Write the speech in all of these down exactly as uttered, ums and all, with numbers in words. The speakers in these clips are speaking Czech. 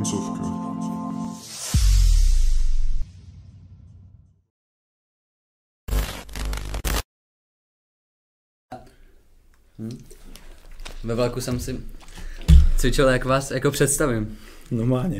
Koncovka. Hmm. Ve vlaku jsem si cvičil, jak vás jako představím. Normálně.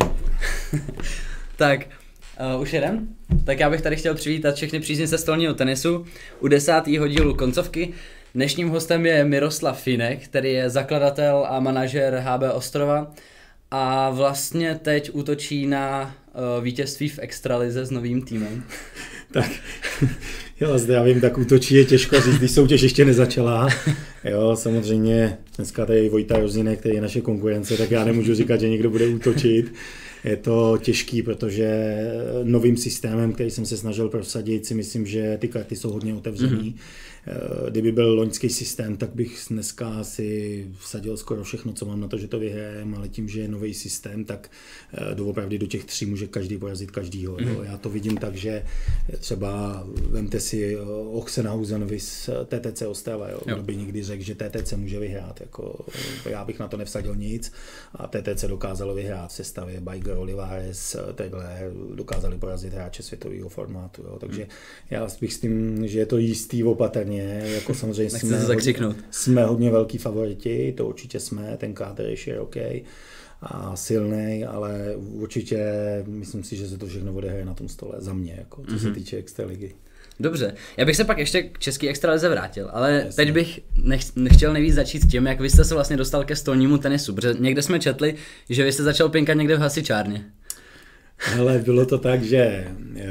Tak, uh, už jedem? Tak já bych tady chtěl přivítat všechny příznivce stolního tenisu u desátého dílu Koncovky. Dnešním hostem je Miroslav Fínek, který je zakladatel a manažer H B Ostrova a vlastně teď útočí na uh, vítězství v extralize s novým týmem. Tak, jo, zde já vím, tak útočí je těžko říct, když soutěž ještě nezačala. Jo, samozřejmě dneska tady je Vojta Rozinek, který je naše konkurence, tak já nemůžu říkat, že někdo bude útočit. Je to těžký, protože novým systémem, který jsem se snažil prosadit, si myslím, že ty karty jsou hodně otevřený. Mm-hmm. Kdyby byl loňský systém, tak bych dneska asi vsadil skoro všechno, co mám na to, že to vyhrajem, ale tím, že je nový systém, tak doopravdy do těch tří může každý porazit každýho. Mm-hmm. Já to vidím tak, že třeba vemte si Oxenhausenovi z T T C Ostrava, jo? Kdo by nikdy řekl, že T T C může vyhrát. Jako, já bych na to nevsadil nic a T T C dokázalo vyhrát v sestavě Bajger, Olivares, takhle dokázali porazit hráče světového formátu. Jo? Takže já bych s tím, že je to jistý opatrně. Jako samozřejmě jsme hodně, jsme hodně velký favoriti, to určitě jsme, ten kádr je široký a silný, ale určitě myslím si, že se to všechno odehraje na tom stole za mě, jako, co mm-hmm. se týče extraligy. Dobře, já bych se pak ještě k české extralize vrátil, ale Jasně. teď bych nech, nechtěl nejvíc začít tím, jak vy jste se vlastně dostal ke stolnímu tenisu, protože někde jsme četli, že vy jste začal pinkat někde v hasičárně. Ale bylo to tak, že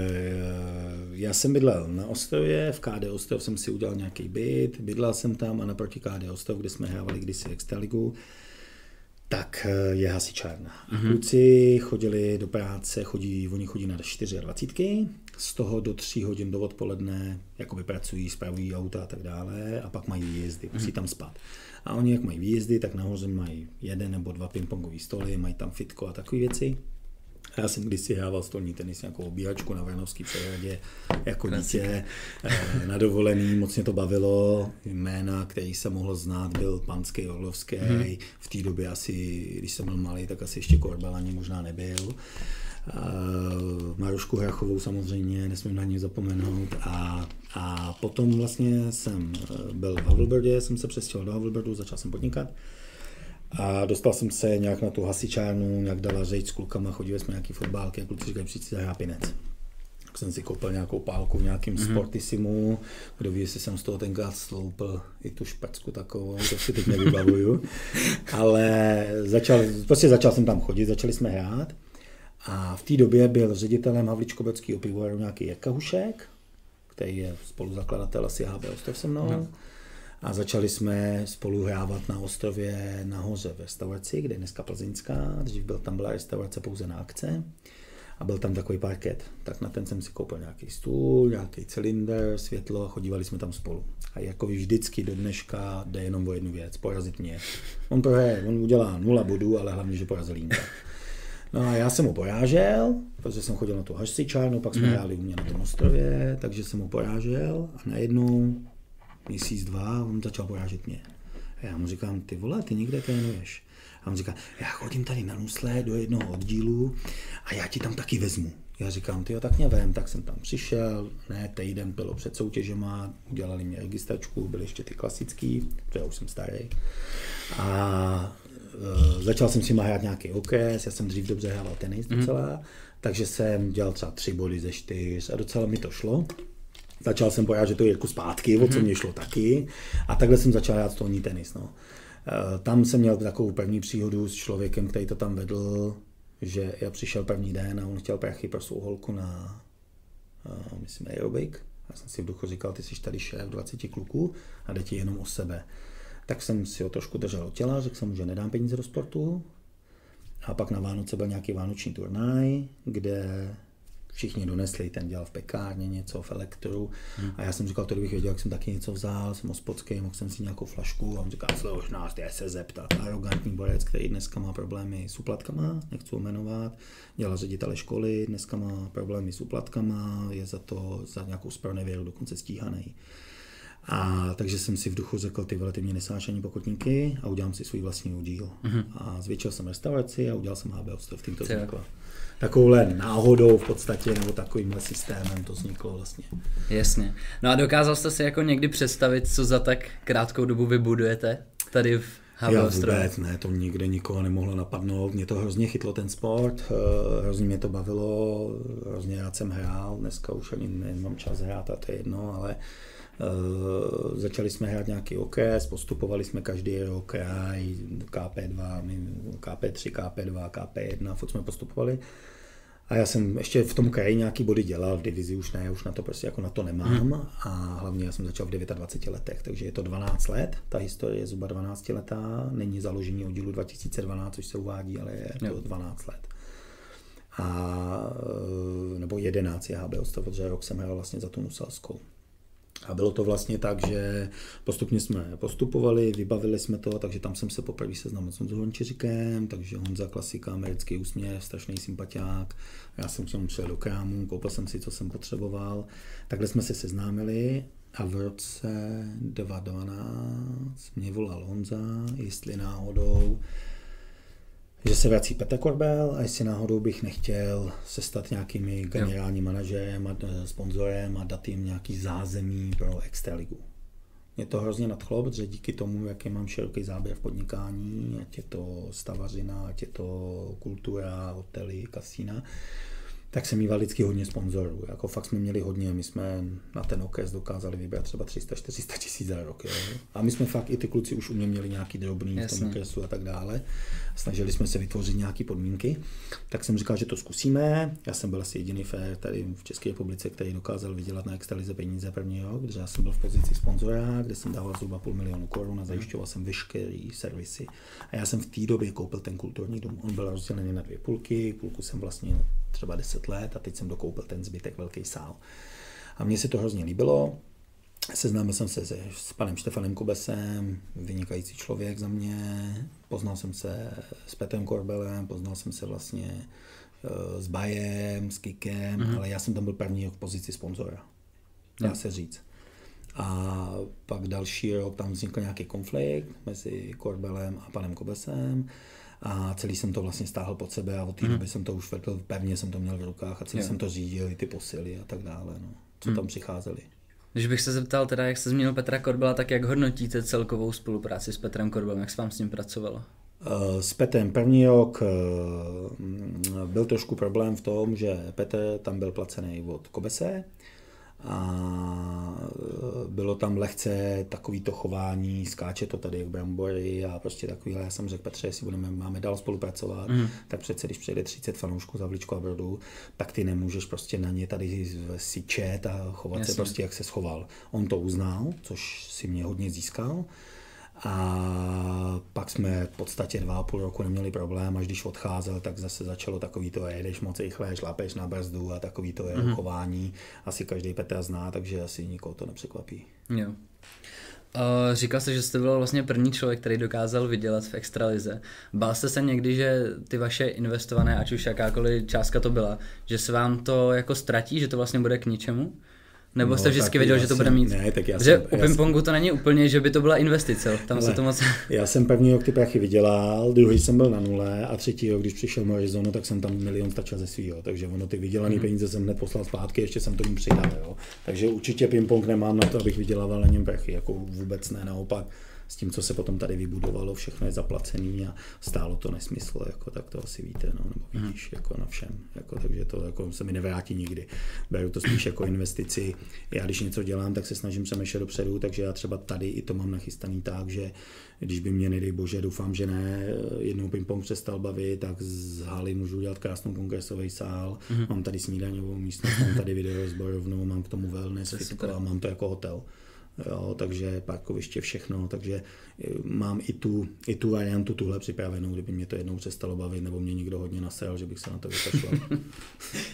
já jsem bydlel na Ostrově, v K D Ostrov jsem si udělal nějaký byt, bydlel jsem tam a naproti K D Ostrov, kde jsme hrávali kdysi extraligu, tak je hasičárna. A mm-hmm. kluci chodili do práce, chodí, oni chodí na dvacítky, z toho do tří hodin do odpoledne jakoby pracují, spravují auta a tak dále a pak mají výjezdy, musí mm-hmm. tam spát. A oni jak mají výjezdy, tak nahoře mají jeden nebo dva pingpongový stoly, mají tam fitko a takové věci. Já jsem kdysi hrával stolní tenis, nějakou obíhačku na Vrnovský přehradě jako dítě, na dovolený, moc mě to bavilo. Jména, který jsem mohl znát, byl Panský, Orlovský, hmm. v té době asi, když jsem byl malý, tak asi ještě Korbel ani možná nebyl. Uh, Marušku Hrachovou samozřejmě, nesmím na ní zapomenout. A, a potom vlastně jsem byl v Havelbrdě, jsem se přestěhoval do Havelbrdu, začal jsem podnikat. A dostal jsem se nějak na tu hasičárnu, nějak dala řeč s klukama, chodili jsme nějaký fotbálky a kluci říkají, přijď si zahrát pinec. Tak jsem si koupil nějakou pálku v nějakým mm-hmm. Sportisimu, kdo ví, jestli jsem z toho tenkrát sloupil i tu špecku takovou, to si teď nevybavuju. Ale začal, prostě začal jsem tam chodit, začali jsme hrát a v té době byl ředitelem Havlíčkobeckého pivovaru nějaký Jirka Hušek, který je spoluzakladatel asi H B Ostrov se mnou. Mm. A začali jsme spolu hrávat na Ostrově nahoře v restauraci, kde je dneska Plzeňská. Dřív byl, tam byla restaurace pouze na akce a byl tam takový parket. Tak na ten jsem si koupil nějaký stůl, nějaký cylinder, světlo a chodívali jsme tam spolu. A jako vždycky do dneška jde jenom o jednu věc, porazit mě. On prohraje, on udělá nula bodů, ale hlavně, že porazil Jínka. No a já jsem ho porážel, protože jsem chodil na tu hasičárnu, pak jsme mm. hráli u mě na tom Ostrově, takže jsem ho porážel a najednou měsíc, dva, on začal porážet mě. A já mu říkám, ty vole, ty někde trénuješ. A on říká, já chodím tady na nusle do jednoho oddílu a já ti tam taky vezmu. Já říkám, tyjo, tak mě vem, tak jsem tam přišel, ne, týden bylo před soutěžema, udělali mě registračku, byly ještě ty klasický, protože já už jsem starý. A e, začal jsem si hrát nějaký okres, já jsem dřív dobře hrával tenis docela, mm. takže jsem dělal třeba tři body ze čtyř a docela mi to šlo. Začal jsem porážet to Jirku zpátky, o co mě šlo taky. A takhle jsem začal hrát stolní tenis. No. Tam jsem měl takovou první příhodu s člověkem, který to tam vedl, že já přišel první den a on chtěl prachy pro svou holku na, myslím, aerobik. Já jsem si v duchu říkal, ty jsi tady šéf dvaceti kluků a jde ti jenom o sebe. Tak jsem si ho trošku držel od těla, řekl jsem mu, že nedám peníze do sportu. A pak na Vánoce byl nějaký vánoční turnaj, kde všichni donesli, ten dělal v pekárně něco, v elektru. Hmm. A já jsem říkal, to kdybych věděl, jak jsem taky něco vzal, jsem hospodský, mohl jsem si nějakou flašku a on říkal, slož nás, ty se zeptat. Arrogantní borec, který dneska má problémy s úplatkama, nechci ho jmenovat, dělá ředitele školy, dneska má problémy s úplatkama, je za to, za nějakou zpronevěru dokonce stíhaný. A takže jsem si v duchu řekl, ty vole, ty mě nesáš ani pokotníky a udělám si svůj vlastní udíl. Mm-hmm. A zvětšil jsem restauraci a udělal jsem H B Ostrov, tím to vzniklo. Takovouhle náhodou v podstatě, nebo takovýmhle systémem to vzniklo vlastně. Jasně. No a dokázal jste si jako někdy představit, co za tak krátkou dobu vybudujete tady v H B Ostrově? Já vůbec ne, to nikde nikoho nemohlo napadnout. Mě to hrozně chytlo ten sport, hrozně mě to bavilo, hrozně rád jsem hrál, dneska už ani nemám čas hrát a to je jedno, ale Uh, začali jsme hrát nějaký okres, postupovali jsme každý rok kraj, K P dva, K P tři, K P dva, K P jedna, furt jsme postupovali. A já jsem ještě v tom kraji nějaký body dělal, v divizi už ne, už na to prostě jako na to nemám. Hmm. A hlavně já jsem začal v dvaceti devíti letech, takže je to dvanáct let, ta historie je zhruba dvanáctiletá, není založení oddílu dva tisíce dvanáct, což se uvádí, ale je to dvanáct let. A, nebo jedenáct je H B Ostrov, protože rok jsem hrál vlastně za tu Nuselskou. A bylo to vlastně tak, že postupně jsme postupovali, vybavili jsme to, takže tam jsem se poprvé seznámil s Honzou Hončiříkem, takže Honza klasika, americký úsměv, strašný sympatiák. Já jsem k němu přijel do krámu, koupil jsem si, co jsem potřeboval. Takhle jsme se seznámili a v roce dva tisíce dvanáct mě volal Honza, jestli náhodou, že se vrací Petr Korbel a jestli náhodou bych nechtěl se stát nějakými generálním manažerem a sponzorem a dát jim nějaký zázemí pro Extraligu. Mě to hrozně nadchlo, protože díky tomu, jaký mám široký záběr v podnikání, ať je to stavařina, ať je to kultura, hotely, kasína, tak jsem mýval vždycky hodně sponzorů. Jako fakt jsme měli hodně, my jsme na ten okres dokázali vybrat třeba tři sta čtyři sta tisíc za rok. Jo. A my jsme fakt, i ty kluci už u mě měli nějaký drobný Jasně. v tom okresu a tak dále. Snažili jsme se vytvořit nějaké podmínky. Tak jsem říkal, že to zkusíme. Já jsem byl asi jediný fér tady v České republice, který dokázal vydělat na Extralize peníze první rok, protože já jsem byl v pozici sponzora, kde jsem dával zhruba půl milionu korun a zajišťoval jsem veškerý servisy. A já jsem v té době koupil ten kulturní dům. On byl rozdělený na dvě půlky, půlku jsem vlastnil třeba deset let a teď jsem dokoupil ten zbytek, velký sál. A mně se to hrozně líbilo. Seznámil jsem se s panem Štefanem Kubesem, vynikající člověk za mě. Poznal jsem se s Petrem Korbelem, poznal jsem se vlastně s Bajem, s Kikem, mm-hmm. ale já jsem tam byl první rok v pozici sponzora. Dá mm. se říct. A pak další rok tam vznikl nějaký konflikt mezi Korbelem a panem Kubesem. A celý jsem to vlastně stáhl pod sebe a od té mm. doby jsem to už vedl, pevně jsem to měl v rukách a celý jo. jsem to řídil, i ty posily a tak dále, no, co mm. tam přicházeli. Když bych se zeptal teda, jak se zmínil Petra Korbela, tak jak hodnotíte celkovou spolupráci s Petrem Korbelem, jak se vám s ním pracovalo? S Petrem první rok byl trošku problém v tom, že Petr tam byl placený od Kobese, a bylo tam lehce takovýto chování, skáče to tady jak brambory a prostě takovýhle. Já jsem řekl, Petře, jestli budeme, máme dál spolupracovat, mm. tak přece, když přijde třicet fanoušků za Havlíčku a Brodu, tak ty nemůžeš prostě na ně tady syčet a chovat Jasně. se prostě, jak se schoval. On to uznal, což si mě hodně získal. A pak jsme v podstatě dva a půl roku neměli problém, až když odcházel, tak zase začalo takový to, jedeš moc rychle, šlápeš na brzdu a takový to je mm-hmm. chování. Asi každý Petra zná, takže asi nikoho to nepřekvapí. Jo. Uh, říkal jste, že jste byl vlastně první člověk, který dokázal vydělat v Extralize. Bál jste se někdy, že ty vaše investované, ať už jakákoliv částka to byla, že se vám to jako ztratí, že to vlastně bude k ničemu? Nebo no, jste vždycky věděl, že to bude mít? Ne, tak já že jsem, u pingpongu to není úplně, že by to byla investice. Tam ale, se to moc... Já jsem první rok ty prachy vydělal, druhý jsem byl na nule a třetí rok, když přišel Morizono, tak jsem tam milion stačil ze svýho. Takže ono ty vydělané mm-hmm. peníze jsem hned poslal zpátky, ještě jsem to jim přidal. Jo. Takže určitě pingpong nemám na to, abych vydělával na něm prachy. Jako vůbec ne, naopak. S tím, co se potom tady vybudovalo, všechno je zaplacený a stálo to nesmysl, jako, tak to asi víte, no, nebo vidíš, mm. jako na všem, jako, takže to jako, se mi nevrátí nikdy. Beru to spíš jako investici. Já když něco dělám, tak se snažím přemýšlet dopředu, takže já třeba tady i to mám nachystaný tak, že když by mě, nedej bože, doufám, že ne, jednou ping-pong přestal bavit, tak z haly můžu udělat krásnou kongresový sál, mm. mám tady snídaňovou místnost, mám tady videorozborovnou, mám k tomu wellness, fitko a mám to jako hotel. Jo, takže parkoviště, všechno, takže mám i tu, i tu variantu tuhle připravenou, kdyby mě to jednou přestalo bavit, nebo mě někdo hodně nasel, že bych se na to vykašlal.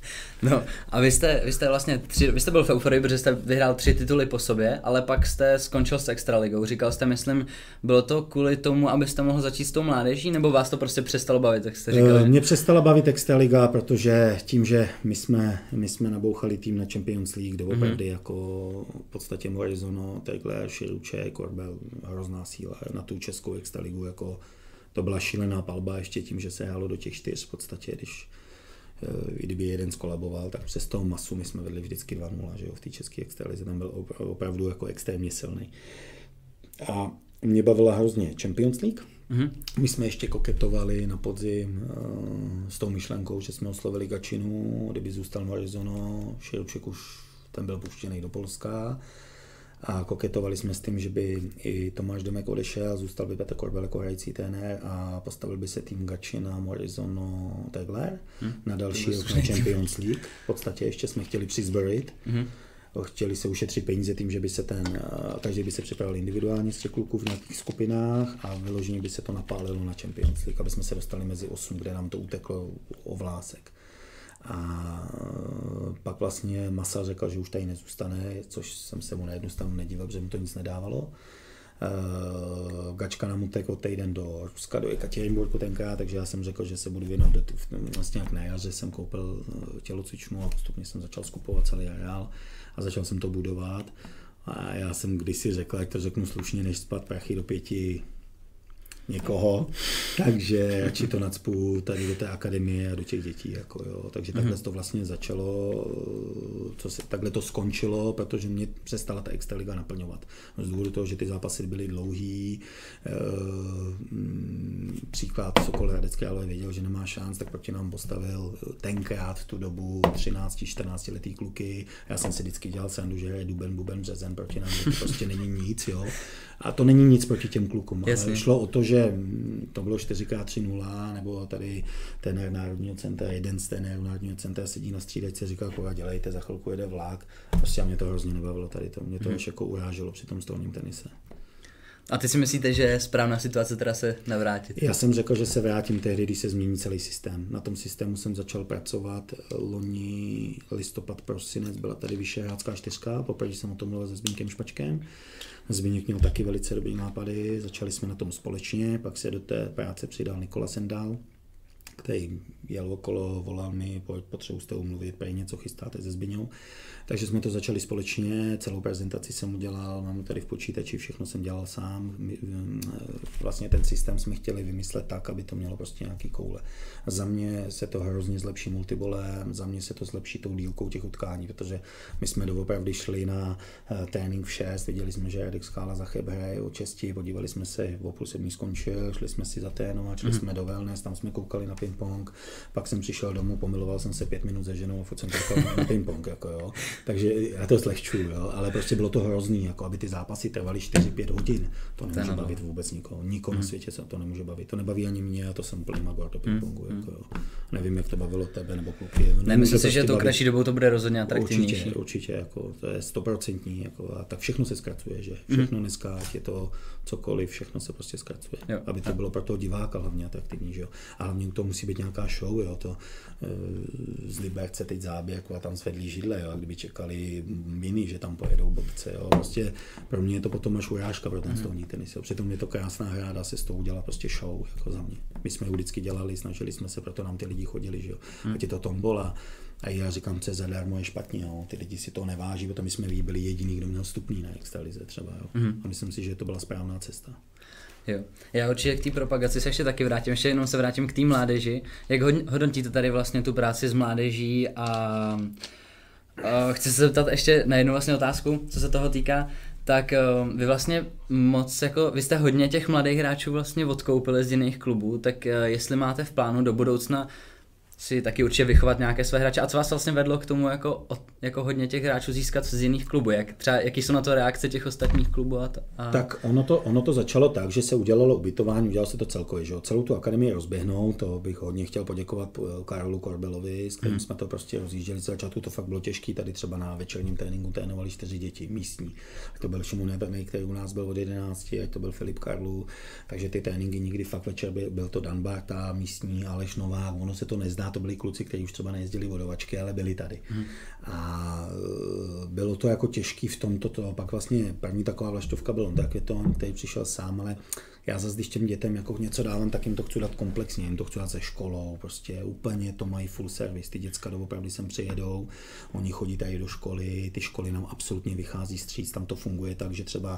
No a vy jste, vy jste vlastně tři, vy jste byl v euforii, protože jste vyhrál tři tituly po sobě, ale pak jste skončil s extraligou. Říkal jste, myslím, bylo to kvůli tomu, abyste mohl začít s tou mládeží, nebo vás to prostě přestalo bavit, jak jste říkali? Mě přestala bavit extraliga, protože tím, že my jsme, my jsme nabouchali tým na Champions League, kde opravdu mm-hmm. jako v podstatě Morizono, takhle Širuče, Korbel, hrozná síla na tu českou extraligu, jako to byla šílená palba ještě tím, že se hrálo do těch čtyř v podstatě, když i kdyby jeden skolaboval, tak přes toho masu my jsme vedli vždycky dva nula, že jo, v té české extralize, tam byl opravdu jako extrémně silný. A mě bavila hrozně Champions League. Mm-hmm. My jsme ještě koketovali na podzim uh, s tou myšlenkou, že jsme oslovili Gačinu, kdyby zůstal Morizono, Širuček už ten byl puštěný do Polska. A koketovali jsme s tím, že by i Tomáš Domek odešel, zůstal by Petr Korbel jako hrající trenér a postavil by se tým Gačina, Morizono, takhle hmm. na další rok na Champions League. V podstatě ještě jsme chtěli přizbrojit. Hmm. Chtěli se ušetřit peníze tím, že by se ten, každý by se připravil individuálně z těch kluků v nějakých skupinách a vyloženě by se to napálilo na Champions League, aby jsme se dostali mezi osm, kde nám to uteklo o vlásek. A pak vlastně Masa řekl, že už tady nezůstane, což jsem se mu na jednu stranu nedíval, protože mu to nic nedávalo. Gačka nám utekl týden do Ruska, do Ekaterinburgu tenkrát, takže já jsem řekl, že se budu věnovat do, vlastně jak na jaře jsem koupil tělocvičnu a postupně jsem začal skupovat celý areál a začal jsem to budovat. A já jsem kdysi řekl, jak to řeknu slušně, než spat prachy do pěti někoho, takže radši to nacpu tady do té akademie a do těch dětí, jako jo. Takže takhle to vlastně začalo, co se, takhle to skončilo, protože mě přestala ta extraliga naplňovat. Z důvodu toho, že ty zápasy byly dlouhý, e, příklad Sokol Hradecký, ale věděl, že nemá šanc, tak proti nám postavil tenkrát v tu dobu třináct čtrnáct letý kluky. Já jsem si vždycky dělal srandu, že je duben, buben, březen proti nám, to prostě není nic, jo. A to není nic proti těm klukům, Jasně. ale šlo o to, že to bylo čtyři krát tři nula, nebo tady trenér Národního centra, jeden z trenérů Národního centra sedí na střídačce a říkal, koho dělejte, za chvilku jede vlak. Prostě a mě to hrozně nebavilo tady to, mě to hmm. až jako uráželo při tom stolním tenise. A ty si myslíte, že je správná situace teda se navrátit? Já jsem řekl, že se vrátím tehdy, když se změní celý systém. Na tom systému jsem začal pracovat loni listopad, prosinec, byla tady Vyšehradská čtyřka, poprvé jsem o tom mluvil se Zbyňkem Špačkem. Zbyněk měl taky velice dobrý nápady, začali jsme na tom společně, pak se do té práce přidal Nikola Sendal, který jel okolo, volal mi, potřebuji s tebou mluvit, prej něco chystáte se Zbyňou. Takže jsme to začali společně, celou prezentaci jsem udělal, mám tady v počítači, všechno jsem dělal sám. Vlastně ten systém jsme chtěli vymyslet tak, aby to mělo prostě nějaký koule. Za mě se to hrozně zlepší multibolem, za mě se to zlepší tou dílkou těch utkání, protože my jsme doopravdy šli na trénink v šest, viděli jsme, že Radek Skála za Cheb hraje od šesti, podívali jsme se, o půl sedmí skončil, šli jsme si zatrénovat, šli mm-hmm. jsme do wellness, tam jsme koukali na ping-pong, pak jsem přišel domů, pomiloval jsem se pět minut se ženou a furt jsem koukal na ping-pong, jako jo. Takže já to zlehčuju, jo, ale prostě bylo to hrozný, jako aby ty zápasy trvaly čtyři pět hodin. To nemůže to bavit vůbec nikoho. Nikoho mm. na světě se to nemůže bavit. To nebaví ani mě, a to jsem plný magor do ping-pongu. Mm. Jako, jo. Nevím, jak to bavilo tebe nebo kluky. Nemyslím si, že to kratší dobou to bude rozhodně atraktivnější. Určitě, určitě, jako, to je stoprocentní. Jako, a tak všechno se zkracuje, že? Všechno mm. dneska, je to cokoliv, všechno se prostě zkracuje. Jo. Aby to bylo pro toho diváka hlavně atraktivní, že jo. A hlavně to musí být nějaká show, jo. To, z Liberce teď záběr, a tam svedlí židle, jo. A kdyby čekali mini, že tam pojedou bodce, jo. Prostě pro mě je to potom až urážka pro ten mm. stolní tenis, jo. Přitom je to krásná hra, dá se z toho udělat prostě show, jako za mě. My jsme ji vždycky dělali, snažili jsme se, proto nám ty lidi chodili, že jo. Mm. Ať je to tombola. A já říkám, co je zadarmo, je špatně, jo. Ty lidi si to neváží, protože my jsme byli jediný, kdo měl stupní na extralize třeba, jo. Mm. A myslím si, že to byla správná cesta. Jo. Já určitě k té propagaci se ještě taky vrátím, ještě jenom se vrátím k té mládeži. Jak hodnotíte tady vlastně tu práci s mládeží a, a chci se zeptat ještě na jednu vlastně otázku, co se toho týká. Tak uh, vy vlastně moc, jako, vy jste hodně těch mladých hráčů vlastně odkoupili z jiných klubů, tak uh, jestli máte v plánu do budoucna si taky určitě vychovat nějaké své hráče. A co vás vlastně vedlo k tomu jako, jako hodně těch hráčů získat z jiných klubů? Jak třeba, jaký jsou na to reakce těch ostatních klubů? A, a... Tak ono to, ono to začalo tak, že se udělalo ubytování, udělalo se to celkově, že jo? Celou tu akademii rozběhnout, to bych hodně chtěl poděkovat Karolu Korbelovi, s kterým hmm. jsme to prostě rozjížděli. Z začátku to fakt bylo těžké, tady třeba na večerním tréninku trénovali čtyři děti místní. A to byl Šimon Neberný, který u nás byl od jedenácti, a to byl Filip Karlu, takže ty tréninky nikdy fakt večer byl, byl to Dan Barta, místní, Aleš Novák, ono se to nezdá Možná to byli kluci, kteří už třeba nejezdili vodovačky, ale byli tady. Hmm. A bylo to jako těžký v tomto. To. Pak vlastně první taková vlaštovka byl on, tak je to on, který přišel sám, ale já zase, když těm dětem jako něco dávám, tak jim to chci dát komplexně, jim to chci dát se školou, prostě úplně to mají full service, ty děcka doopravdy sem přijedou, oni chodí tady do školy, ty školy nám absolutně vychází vstříc, tam to funguje tak, že třeba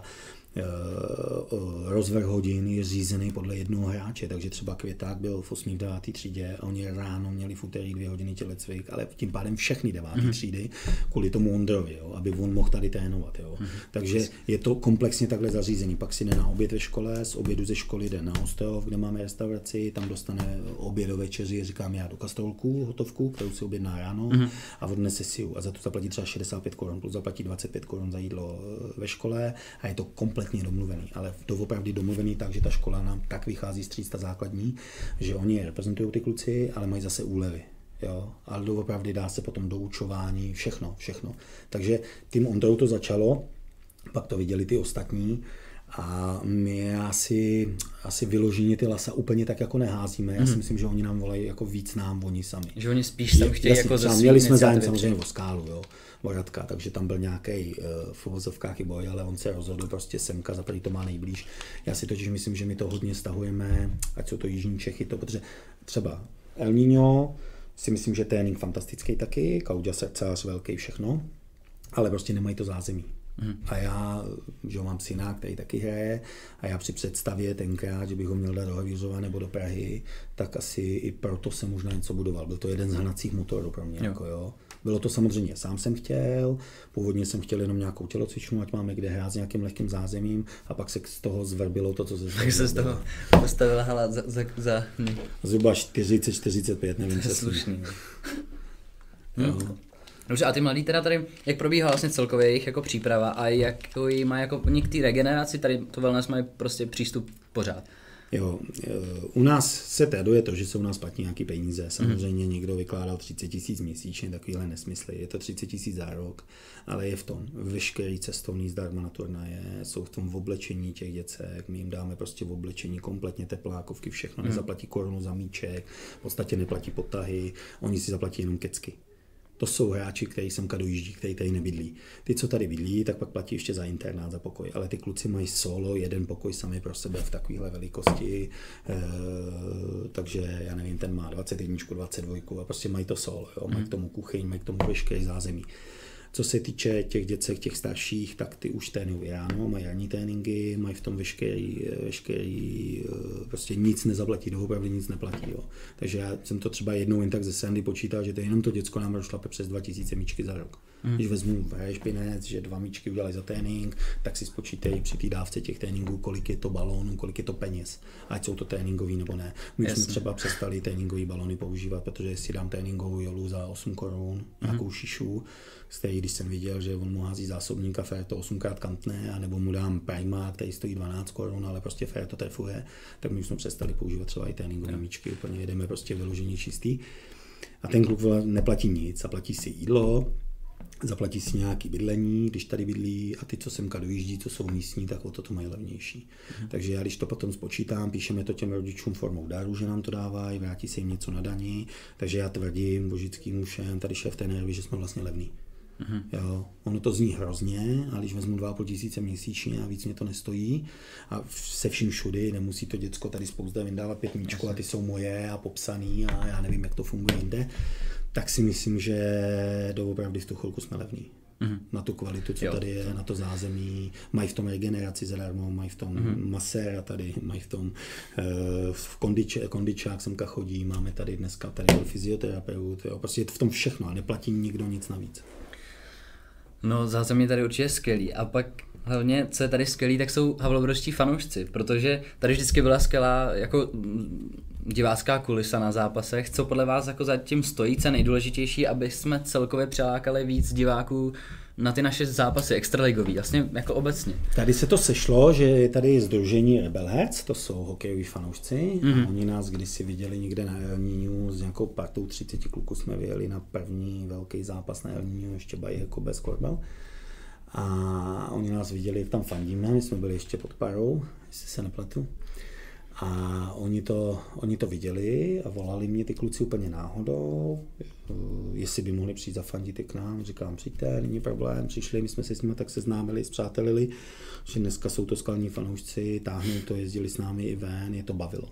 rozvrh hodin je řízený podle jednoho hráče, takže třeba Květák byl v osmé v deváté třídě a oni ráno měli v úterý dvě hodiny tělecvik, ale tím pádem všechny deváté mm-hmm. třídy kvůli tomu Ondrovi, jo, aby on mohl tady trénovat. Jo. Mm-hmm. Takže je to komplexně takhle zařízený. Pak si jde na oběd ve škole, z obědu ze školy jde na Ostrov, kde máme restauraci, tam dostane oběd do večeři, říkám já do Kastolku, hotovku, kterou si objedná ráno mm-hmm. a odnese si ju. A za to zaplatí třeba šedesát pět korun, plus zaplatí dvacet pět korun za jídlo ve škole a je to kompletně domluvený, ale doopravdy domluvený tak, že ta škola nám tak vychází vstříc ta základní, že oni reprezentují ty kluci, ale mají zase úlevy. Jo? Ale doopravdy dá se potom doučování, všechno, všechno. Takže tím Ondrou to začalo, pak to viděli ty ostatní a my asi, asi vyloženě ty lasa úplně tak jako neházíme. Já si mm. myslím, že oni nám volají jako víc nám, oni sami. Že oni spíš tam chtějí jako ze svých měli jsme zájem samozřejmě o Skálu, jo. Radka, takže tam byl nějaký uh, v uvozovkách i boj, ale on se rozhodl prostě semka, za první to má nejblíž. Já si totiž myslím, že my to hodně stahujeme, ať jsou to jižní Čechy, to, protože třeba El Niño si myslím, že trénink fantastický taky, Kauďa srdcář, velký, všechno, ale prostě nemají to zázemí. Hmm. A já, že mám syna, který taky hraje, a já při představě tenkrát, že bych ho měl dát do Havířova nebo do Prahy, tak asi i proto jsem možná něco budoval. Byl to jeden z hnacích motorů pro mě. Jo. Jako, jo. Bylo to samozřejmě, sám jsem chtěl, původně jsem chtěl jenom nějakou tělocvičnu, ať máme kde hrát s nějakým lehkým zázemím, a pak se z toho zvrbilo to, co se zvrbilo. Tak se z toho postavila hala za... za, za... Zhruba čtyřicet čtyřicet pět, nevím, co slušný. No. Dobře, a ty mladí teda tady, jak probíhá vlastně celkově jejich jako příprava a jak má jako některý regeneraci, tady to wellness mají prostě přístup pořád? Jo, u nás se traduje to, že se u nás platí nějaký peníze. Samozřejmě mm. někdo vykládal třicet tisíc měsíčně, takovýhle nesmysly. Je to třicet tisíc za rok, ale je v tom veškerý cestovní zdarma na turnaje, jsou v tom v oblečení těch děcek, my jim dáme prostě v oblečení kompletně teplákovky, všechno, mm. nezaplatí korunu za míček, v podstatě neplatí potahy, oni si zaplatí jenom kecky. To jsou hráči, kteří semka dojíždí, kteří tady nebydlí. Ty, co tady bydlí, tak pak platí ještě za internát, za pokoj. Ale ty kluci mají solo, jeden pokoj sami pro sebe v takovéhle velikosti. E, takže já nevím, ten má dvacet jedna, dvacet dva a prostě mají to solo. Jo? Mají k tomu kuchyň, mají k tomu veškerý zázemí. Co se týče těch děcek, těch starších, tak ty už trénují ráno, mají ranní tréninky, mají v tom veškerý, veškerý prostě nic nezaplatí, doopravdy nic neplatí. Jo. Takže já jsem to třeba jednou jen tak ze Sandy počítal, že to jenom to děcko nám rozšlape přes dva tisíce míčky za rok. Mm. Když vezmu špinec, že dva míčky udělají za trénink, tak si spočítej při té dávce těch tréninků, kolik je to balónů, kolik je to peněz, ať jsou to tréninkový nebo ne. My Jasně. jsme třeba přestali tréninkový balóny používat, protože si dám tréninkovou jolu za osm korun, mm. nějakou šišu, z té, když jsem viděl, že on mu hází zásobník a fér to osmkrát kantne, anebo mu dám Prima, který stojí dvanáct korun, ale prostě fér to trefuje, tak my už jsme přestali používat třeba i tréninkové no. míčky, úplně jedeme prostě vyloženě čistý. A ten kluk neplatí nic, zaplatí si jídlo, zaplatí si nějaký bydlení, když tady bydlí, a ty, co semka dojíždí, co jsou místní, tak o to to mají levnější. Mm. Takže já, když to potom spočítám, píšeme to těm rodičům formou daru, že nám to dávají, vrátí se jim něco na daní, takže já tvrdím božickým všem, tady šéf té nervy, že jsme vlastně levní. Mm. Jo, ono to zní hrozně, ale když vezmu dva a půl tisíce měsíčně a víc mě to nestojí a se vším všudy, nemusí to děcko tady spousta vyndávat pět míčků a ty jsou moje a popsaný a já nevím, jak to funguje jinde, tak si myslím, že doopravdy v tu chvilku jsme levní. Mm-hmm. Na tu kvalitu, co jo, tady je, to... na to zázemí, mají v tom regeneraci zadarmo, mají v tom mm-hmm. maséra tady, mají v tom uh, v kondič, kondičák semka chodí, máme tady dneska tady fyzioterapeut, jo, prostě je to v tom všechno a neplatí nikdo nic navíc. No, zázemí tady určitě skvělý a pak hlavně, co je tady skvělý, tak jsou havlobrodští fanoušci, protože tady vždycky byla skvělá jako divácká kulisa na zápasech. Co podle vás jako za tím stojí, co nejdůležitější, aby jsme celkově přilákali víc diváků na ty naše zápasy extraligový, vlastně jako obecně? Tady se to sešlo, že je tady sdružení Rebelheads, to jsou hokejoví fanoušci, mm-hmm. a oni nás kdysi viděli někde na El Niñu s nějakou partou třicet kluků, jsme vyjeli na první velký zápas na El Niñu, ještě bají jako bez korbel. A oni nás viděli, jak tam fandíme, my jsme byli ještě pod parou, jestli se nepletu. A oni to, oni to viděli a volali mě ty kluci úplně náhodou, jestli by mohli přijít zafandit i k nám. Říkám, přijďte, není problém, přišli, my jsme se s nimi tak seznámili, spřátelili, že dneska jsou to skalní fanoušci, táhnou to, jezdili s námi i ven, je to bavilo.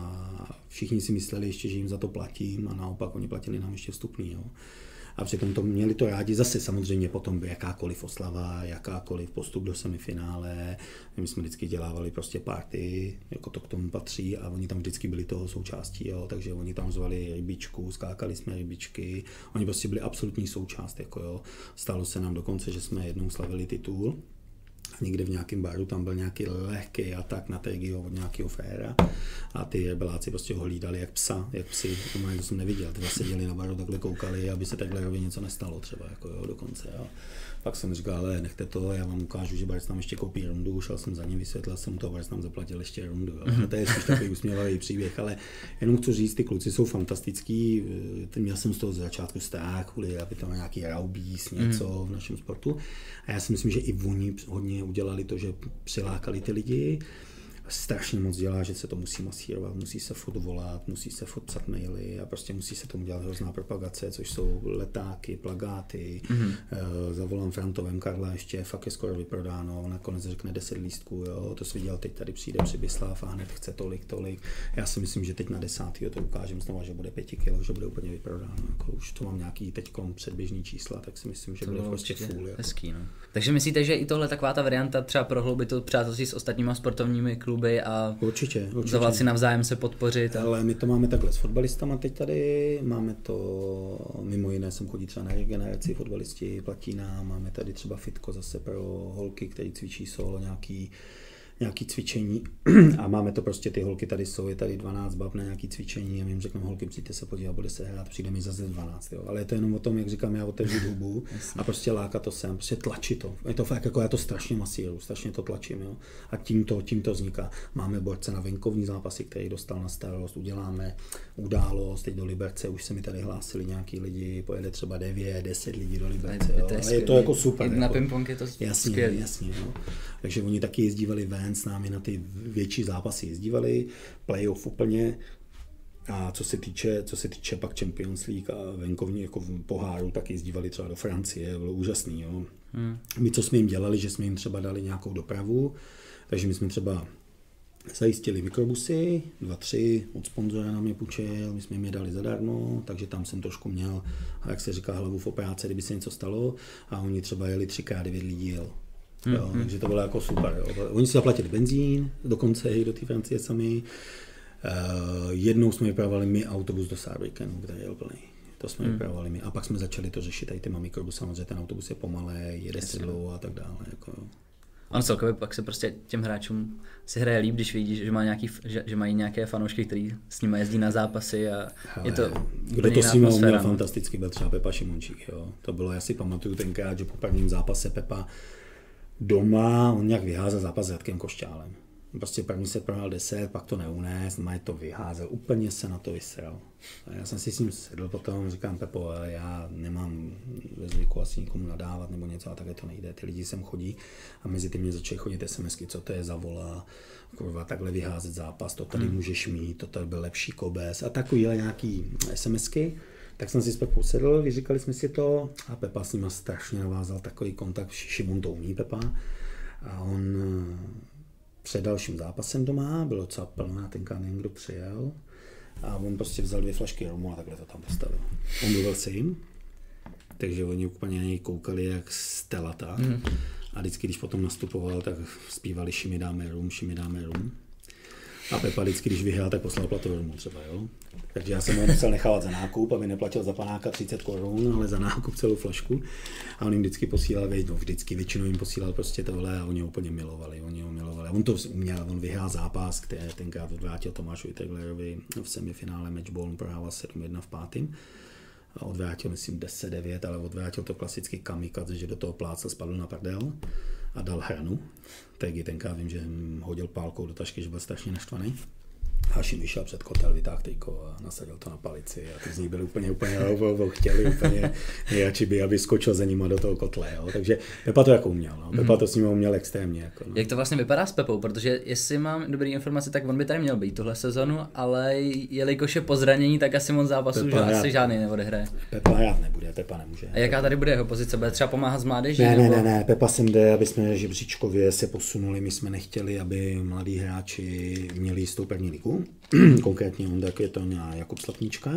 A všichni si mysleli ještě, že jim za to platím a naopak oni platili nám ještě vstupný. Jo. A přitom to měli to rádi zase samozřejmě potom by jakákoliv oslava, jakákoliv postup do semifinále. My jsme vždycky dělávali prostě party, jako to k tomu patří a oni tam vždycky byli toho součástí, jo, takže oni tam zvali rybičku, skákali jsme rybičky, oni prostě byli absolutní součást, jako jo. Stalo se nám dokonce, že jsme jednou slavili titul. A někde v nějakém baru tam byl nějaký lehký atak na Tergio od nějakého fréra a ty rebeláci prostě ho hlídali jak psa, jak psi, to jsem neviděl, ty seděli na baru, takhle koukali, aby se takhle rově něco nestalo třeba, jako jo, dokonce, jo. Pak jsem říkal, ale nechte to, já vám ukážu, že Barc tam ještě koupí rundu, šel jsem za ním, vysvětlil jsem to, Barc tam zaplatil ještě rundu, jo. Mm-hmm. To je spíš takový usměvavý příběh, ale jenom chci říct, ty kluci jsou fantastický, měl jsem z toho z začátku strach, kvůli, aby tam nějaký raubís, něco mm. v našem sportu a já si myslím, že i oni hodně udělali to, že přilákali ty lidi. Strašně moc dělá, že se to musí masírovat, musí se furt volat, musí se furt psat maily a prostě musí se tomu dělat hrozná propagace, což jsou letáky, plagáty, mm-hmm. e, zavolám Frantovem Karla ještě, fakt je skoro vyprodáno, nakonec řekne deset lístků, jo, to jsi viděl, teď tady přijde Přibyslav a hned chce tolik, tolik. Já si myslím, že teď na desátýho to ukážem znova, že bude pěti kilo, že bude úplně vyprodáno, jako už to mám nějaký teďkom předběžný čísla, tak si myslím, že to bude prostě full. Jako. Hezký, no. Takže myslíte, že i tohle taková ta varianta třeba prohloubit to přátelství s ostatníma sportovními kluby a určitě, určitě. zavolat si navzájem se podpořit. A... Ale my to máme takhle s fotbalistama teď tady, máme to, mimo jiné sem chodí třeba na regeneraci fotbalisti, Platina, máme tady třeba fitko zase pro holky, které cvičí solo nějaký, nějaký cvičení a máme to prostě, ty holky tady jsou, je tady dvanáct bab na nějaký cvičení a my jim řekneme, holky, přijďte se podívat, bude se hrát, přijde mi zase dvanáct, jo. Ale je to jenom o tom, jak říkám, já otevřu hubu a prostě láka to sem, prostě tlačí to. Je to fakt jako já to strašně masíru, strašně to tlačím, jo. A tím to, tím to vzniká. Máme borce na venkovní zápasy, který dostal na starost, uděláme událost, teď do Liberce už se mi tady hlásili nějaký lidi, pojede třeba devět, deset lidí do Liberce, jo. Ale je to jako super. Na jako, ping-pong je to jasně, skvělý. Jasně, jo. Takže oni taky jezdívali ven s námi na ty větší zápasy jezdívali, playoff úplně. A co se týče, co se týče pak Champions League a venkovní jako v poháru, tak jezdívali třeba do Francie, bylo úžasný. Jo. Hmm. My, co jsme jim dělali, že jsme jim třeba dali nějakou dopravu, takže my jsme třeba zajistili mikrobusy, dva, tři, od sponzora nám je půjčil, my jsme jim je dali zadarmo, takže tam jsem trošku měl, jak se říká, hlavu v opráce, kdyby se něco stalo a oni třeba jeli třikrát devět lidí jel. Jo, mm-hmm. Takže to bylo jako super. Jo. Oni si zaplatili benzín, dokonce i do té Francie sami. Uh, jednou jsme vypravovali my autobus do Saarbrückenu, kde jel plný. To jsme mm. vypravovali my. A pak jsme začali to řešit tady těma mikrobusy, samozřejmě ten autobus je pomalé, jede sedlou a tak dále. Jako, jo. On celkově pak se prostě těm hráčům si hraje líp, když vidí, že, má nějaký, že, že mají nějaké fanoušky, kteří s nimi jezdí na zápasy a hele, je to kdo to s nimi uměl fantasticky, byl třeba Pepa Šimončík. Jo. To bylo, já si pamatuju tenkrát, že po prvním zápase Pepa doma, on nějak vyházel zápas s Radkem Košťálem. Prostě první se prohrál deset, pak to neunést, Maj to vyházel, úplně se na to vysral. A já jsem si s ním sedl potom, říkám, Pepo, ale já nemám ve zvyku asi nikomu nadávat nebo něco a takhle to nejde. Ty lidi sem chodí a mezi tím mě začaly chodit SMSky, co to je za vola, kurva, takhle vyházet zápas, to tady hmm. můžeš mít, to tady byl lepší kobes a takovýhle nějaký SMSky. Tak jsem si s Pepou sedl, vyříkali jsme si to a Pepa s nima strašně navázal takový kontakt, Šimon to umí, Pepa. A on před dalším zápasem doma, bylo docela plná, tenkrát nevím, kdo přijel. A on prostě vzal dvě flašky romu a takhle to tam postavil. On mluvil si jim, takže oni úplně na něj koukali jak z telata. Mm. A vždycky, když potom nastupoval, tak zpívali Šimi dáme rum, Šimi dáme rum. A Pepa vždycky, když vyhrál, tak poslal platovou rumu třeba, jo. Takže já jsem ho musel nechávat za nákup, aby neplatil za panáka třicet korun, ale za nákup celou flašku. A on jim vždycky posílal, no vždycky, většinou jim posílal prostě tohle a oni ho úplně milovali, oni ho milovali. On to uměl, on vyhrál zápas, který tenkrát odvrátil Tomášovi Teglerovi v semifinále matchball, on prohrával sedm jedna v pátém. A odvrátil, myslím, deset devět, ale odvrátil to klasicky kamikaze, že do toho plácel, spadl na prdel a dal hranu. Taky tenkrát vím, že hodil pálkou do tašky, že byl strašně naštvaný. Hašin vyšel před kotel, vytáhl triko a nasadil to na palici a ty z ní byli úplně, úplně chtěli úplně nejradši by, aby skočil za nima do toho kotle, jo. Takže Pepa to jako uměl, no. Pepa to s ním uměl extrémně. Jako, no. Jak to vlastně vypadá s Pepou, protože jestli mám dobrý informace, tak on by tady měl být tuhle sezonu, ale jelikož je po zranění, tak asi moc zápasů že asi žádný neodehraje. Pepa hrát nebude, Pepa nemůže. A jaká tady bude jeho pozice? Bude třeba pomáhat s mládeží? Ne, nebo... ne, ne, ne, Pepa sem jde, aby jsme žebříčkově se posunuli, my jsme nechtěli, aby mladí hráči měli jistou první ligu. Konkrétně on tak je to Jakub Slapníčka.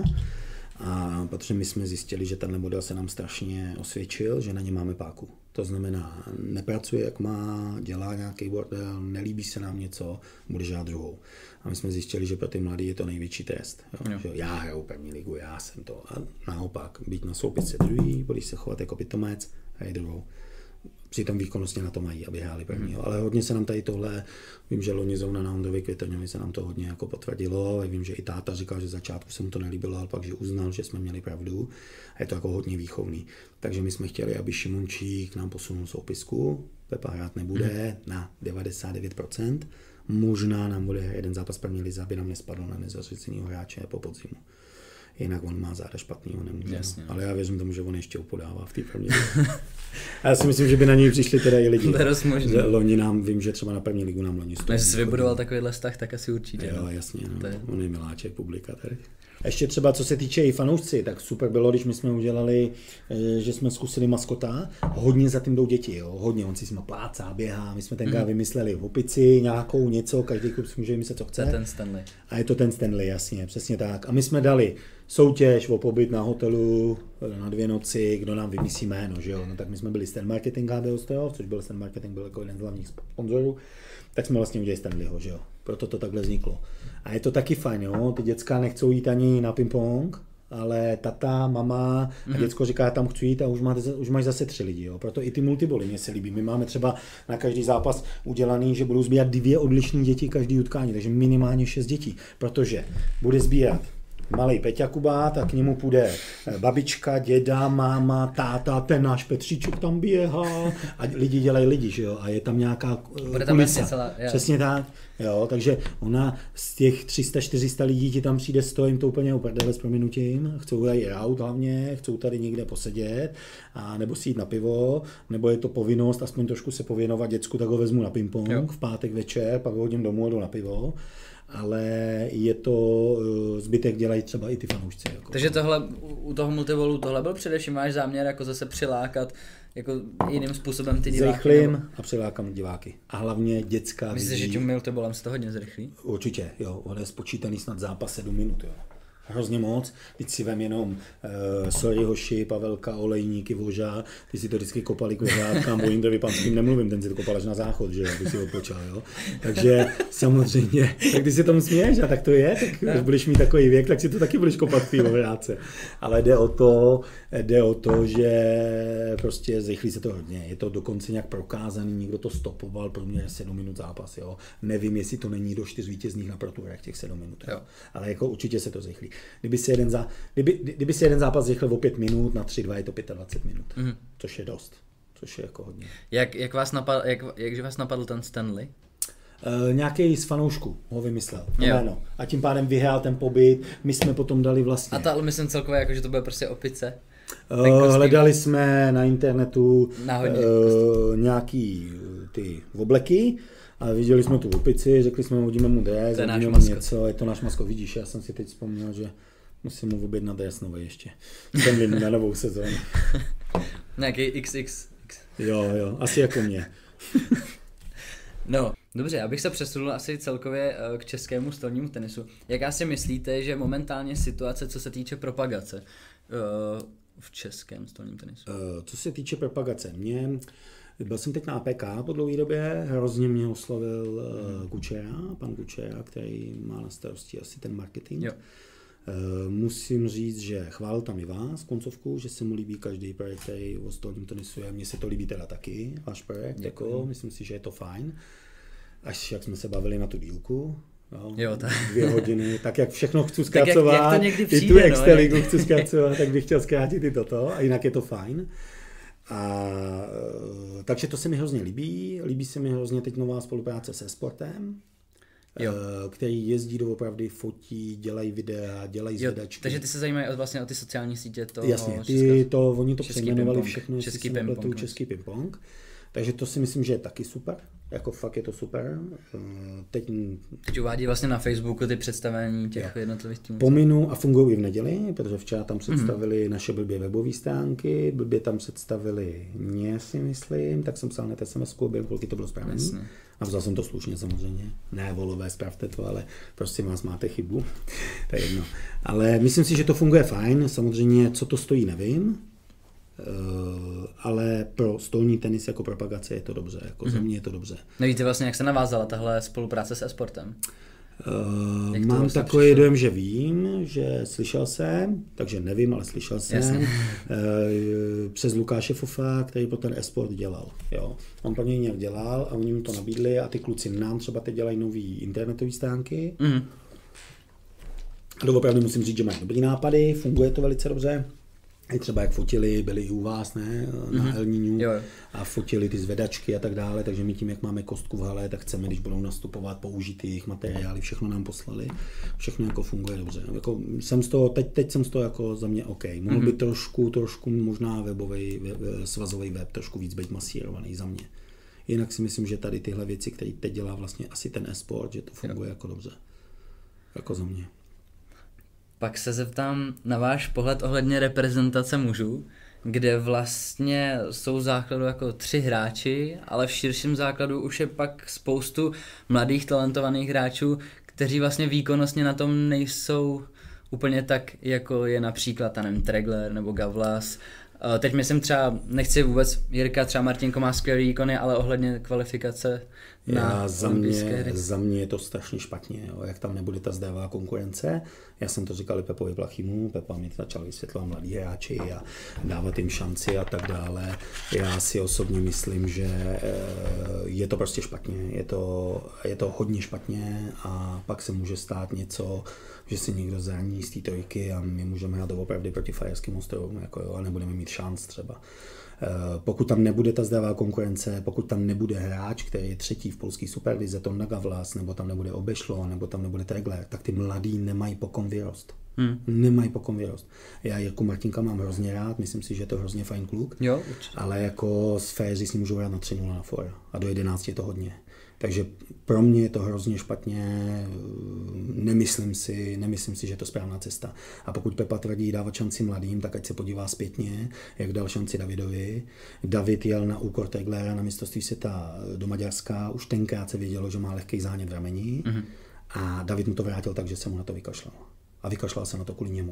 A protože my jsme zjistili, že ten model se nám strašně osvědčil, že na ně máme páku. To znamená, nepracuje jak má, dělá nějaký bordel, nelíbí se nám něco, bude žát druhou. A my jsme zjistili, že pro ty mladí je to největší test. Jo? Že já hraju první ligu, já jsem to. A naopak, být na soupisce druhý, budeš se chovat jako pitomec, hraj druhou. Přitom výkonnostně na to mají, aby hráli prvního. Mm. Ale hodně se nám tady tohle, vím, že loni zrovna na Ondrovi Květoňovi se nám to hodně jako potvrdilo. Vím, že i táta říkal, že začátku se mu to nelíbilo, ale pak, že uznal, že jsme měli pravdu. A je to jako hodně výchovný. Takže my jsme chtěli, aby Šimončík nám posunul soupisku. Pepa hrát nebude mm. na devadesát devět procent. Možná nám bude jeden zápas první lize, aby nám nespadl na nezařazeného hráče po podzimu. Jinak on má záda špatný, on nemůže. Jasně, no. Ale já věřím tomu, že on ještě upodává v té první lize. A já si myslím, že by na něj přišli teda i lidi. Loni nám, vím, že třeba na první ligu nám loni stojí. Když jsi vybudoval takovýhle vztah, tak asi určitě. Jo, jasně, no. Je... On je miláček publika tady. Ještě třeba co se týče i fanoušci, tak super bylo, když my jsme udělali, že jsme zkusili maskota, hodně za tím jdou děti, jo, hodně, on si s nima plácá, běhá, my jsme tenkrát mm. vymysleli opici, nějakou něco, každý klub si může vymyslet, co chce. To je ten Stanley. A je to ten Stanley, jasně, přesně tak. A my jsme dali soutěž o pobyt na hotelu na dvě noci, kdo nám vymyslí jméno, že jo, no tak my jsme byli Stan Marketing K D Ostrov, což byl Stan Marketing, byl jako jeden z hlavních sponzorů, tak jsme vlastně udělali Stanleyho, že jo, proto to takhle vzniklo. A je to taky fajn, jo, ty děcka nechcou jít ani na ping-pong, ale tata, mama a děcko říká, já tam chci jít a už, máte, už máš zase tři lidi, jo, proto i ty multiboly mě se líbí. My máme třeba na každý zápas udělaný, že budou sbírat dvě odlišné děti každý utkání, takže minimálně šest dětí, protože bude sbírat malej Peťa Kubát a k němu půjde babička, děda, máma, táta, ten náš Petříček tam běhá a lidi dělají lidi, že jo, a je tam nějaká bude tam kulisa. Celá, přesně tak, jo, takže ona z těch tři sta čtyři sta lidí ti tam přijde sto, jim to úplně uprdele s prominutím, chcou tady raut hlavně, chcou tady někde posedět, a nebo si jít na pivo, nebo je to povinnost, aspoň trošku se pověnovat děcku, tak ho vezmu na ping-pong jo. v pátek večer, pak ho hodím domů a jdu na pivo. Ale je to, zbytek dělají třeba i ty fanoušci. Jako. Takže tohle, u toho multivolu tohle byl především váš záměr jako zase přilákat jako jiným způsobem ty diváky? Zrychlím nebo... a přilákám diváky. A hlavně dětská. Myslíš, že tím multibolem se to hodně zrychlí? Určitě, jo. On je spočítaný snad zápas sedm minut, jo. Hrozně moc, teď si vem jenom uh, sorry hoši, Pavelka, Olejníky, Voža, ty si to vždycky kopali k vořátkám, o Jindrovi Panským nemluvím, ten si to kopal až na záchod, že jo, aby si ho počal, jo. Takže samozřejmě, tak ty si tomu směješ a tak to je, tak když budeš mít takový věk, tak si to taky budeš kopat v té vořátce. Ale jde o to, jde o to, že prostě zrychlí se to hodně, je to dokonce nějak prokázaný, někdo to stopoval, pro mě je sedm minut zápas, jo. Nevím, jestli to není do čtyř vítězných na proturech těch sedm minut, jo. Ale jako určitě se to zrychlí. Kdyby se jeden, zá, kdyby, kdyby se jeden zápas zrychlil o pět minut, na tři dva je to dvacet pět minut, mm. což je dost, což je jako hodně. Jak, jak, vás napadl, jak, jak vás napadl ten Stanley? Uh, nějaký z fanoušků ho vymyslel, no, a tím pádem vyhrál ten pobyt, my jsme potom dali vlastně. A to ale myslím celkově jako, že to bude prostě opice? Uh, hledali jsme na internetu uh, nějaký ty obleky, a viděli jsme tu opici, řekli jsme, hodíme mu dres, hodíme mu něco, je to náš maskot, vidíš, já jsem si teď vzpomněl, že musím mu objednat dres nový ještě, jsem na novou sezónu. Nějaký iks iks. Jo, jo, asi jako mě. No, dobře, abych se přesunul asi celkově k českému stolnímu tenisu. Jaká si myslíte, že momentálně situace, co se týče propagace v českém stolním tenisu? Co se týče propagace, mě... Byl jsem teď na A P K po dlouhé době, hrozně mě oslovil uh, Kučera, pan Kučera, který má na starosti asi ten marketing. Jo. Uh, musím říct, že chválil tam i vás, koncovku, že se mu líbí každý projekt, který o stolním tenisu je. Mně se to líbí teda taky, váš projekt, jako, myslím si, že je to fajn. Až jak jsme se bavili na tu dílku, jo, jo, tak. dvě hodiny, tak jak všechno chci zkracovat, jak, jak i tu Extraligu chci zkracovat, tak bych chtěl zkrátit i toto, a jinak je to fajn. A, takže to se mi hrozně líbí, líbí se mi hrozně teď nová spolupráce se sportem. Jo. který jezdí doopravdy, fotí, dělají videa, dělají zvedačky. Takže ty se zajímají o, vlastně o ty sociální sítě toho Jasně, ty českého, to, oni to přejmenovali ping-pong. všechno, Český ping-pong. ping-pong. Český ping-pong. Takže to si myslím, že je taky super. Jako fakt je to super. Teď, Teď uvádí vlastně na Facebooku ty představení těch jo. jednotlivých týmů. Pominu a fungují i v neděli, protože včera tam představili mm-hmm. naše blbě webové stránky, blbě tam představili mě, si myslím, tak jsem psal na es em esku, během chvilky to bylo správně. A vzal jsem to slušně samozřejmě. Ne, volové, spravte to, ale prostě vás máte chybu. To je jedno. Ale myslím si, že to funguje fajn. Samozřejmě, co to stojí, nevím. Uh, ale pro stolní tenis jako propagace je to dobře, jako mm-hmm. za mě je to dobře. Nevíte vlastně, jak se navázala tahle spolupráce s e-sportem? Uh, mám vlastně takový přišlo? dojem, že vím, že slyšel jsem, takže nevím, ale slyšel jsem, uh, přes Lukáše Fofa, který pro ten e-sport dělal. Jo. On pro něj nějak dělal a oni mu to nabídli a ty kluci nám třeba teď dělají nový internetové stránky. Mm-hmm. A opravdu musím říct, že mají dobrý nápady, funguje to velice dobře. I třeba jak fotili, byli i u vás, ne, na mm-hmm. Elníňu a fotili ty zvedačky a tak dále, takže my tím, jak máme kostku v hale, tak chceme, když budou nastupovat, použít jejich materiály, všechno nám poslali, všechno jako funguje dobře. Jako jsem z toho, teď, teď jsem z toho jako za mě OK. Mohl mm-hmm. by trošku, trošku možná webový, svazový web trošku víc být masírovaný za mě. Jinak si myslím, že tady tyhle věci, které teď dělá vlastně asi ten e-sport, že to funguje jo. jako dobře. Jako za mě. Pak se zeptám na váš pohled ohledně reprezentace mužů, kde vlastně jsou v základu jako tři hráči, ale v širším základu už je pak spoustu mladých talentovaných hráčů, kteří vlastně výkonnostně na tom nejsou úplně tak, jako je například Tanem Tregler nebo Gavlas. Teď myslím třeba, nechci vůbec, Jirka, třeba Martinko má skvělý výkony, ale ohledně kvalifikace na Já, za, mě, za mě je to strašně špatně, jo, jak tam nebude ta zdravá konkurence. Já jsem to říkal i Pepovi Plachýmu, Pepa mi začal vysvětlovat mladí hráči a dávat jim šanci a tak dále. Já si osobně myslím, že je to prostě špatně, je to, je to hodně špatně a pak se může stát něco, že si někdo zraní z té trojky a my můžeme hrát opravdu proti Fajerským ostrovům, jako jo, a nebudeme mít šanc třeba. Pokud tam nebude ta zdravá konkurence, pokud tam nebude hráč, který je třetí v polské superlize, to Nagavlas, nebo tam nebude Obešlo, nebo tam nebude Tregler, tak ty mladí nemají po kom vyrost. Hmm. Nemají po kom vyrost. Já jako Martinka mám hrozně rád, myslím si, že je to hrozně fajn kluk, jo, ale jako s Féři si můžou hrát na tři nula na fora a do jedenácti je to hodně. Takže pro mě je to hrozně špatně, nemyslím si, nemyslím si, že je to správná cesta. A pokud Pepa tvrdí dávat šanci mladým, tak ať se podívá zpětně, jak dal šanci Davidovi. David jel na úkor Treglera na mistrovství světa do Maďarska, už tenkrát se vědělo, že má lehký zánět v rameni mm-hmm. a David mu to vrátil tak, že se mu na to vykašlal. A vykašlal se na to kvůli němu.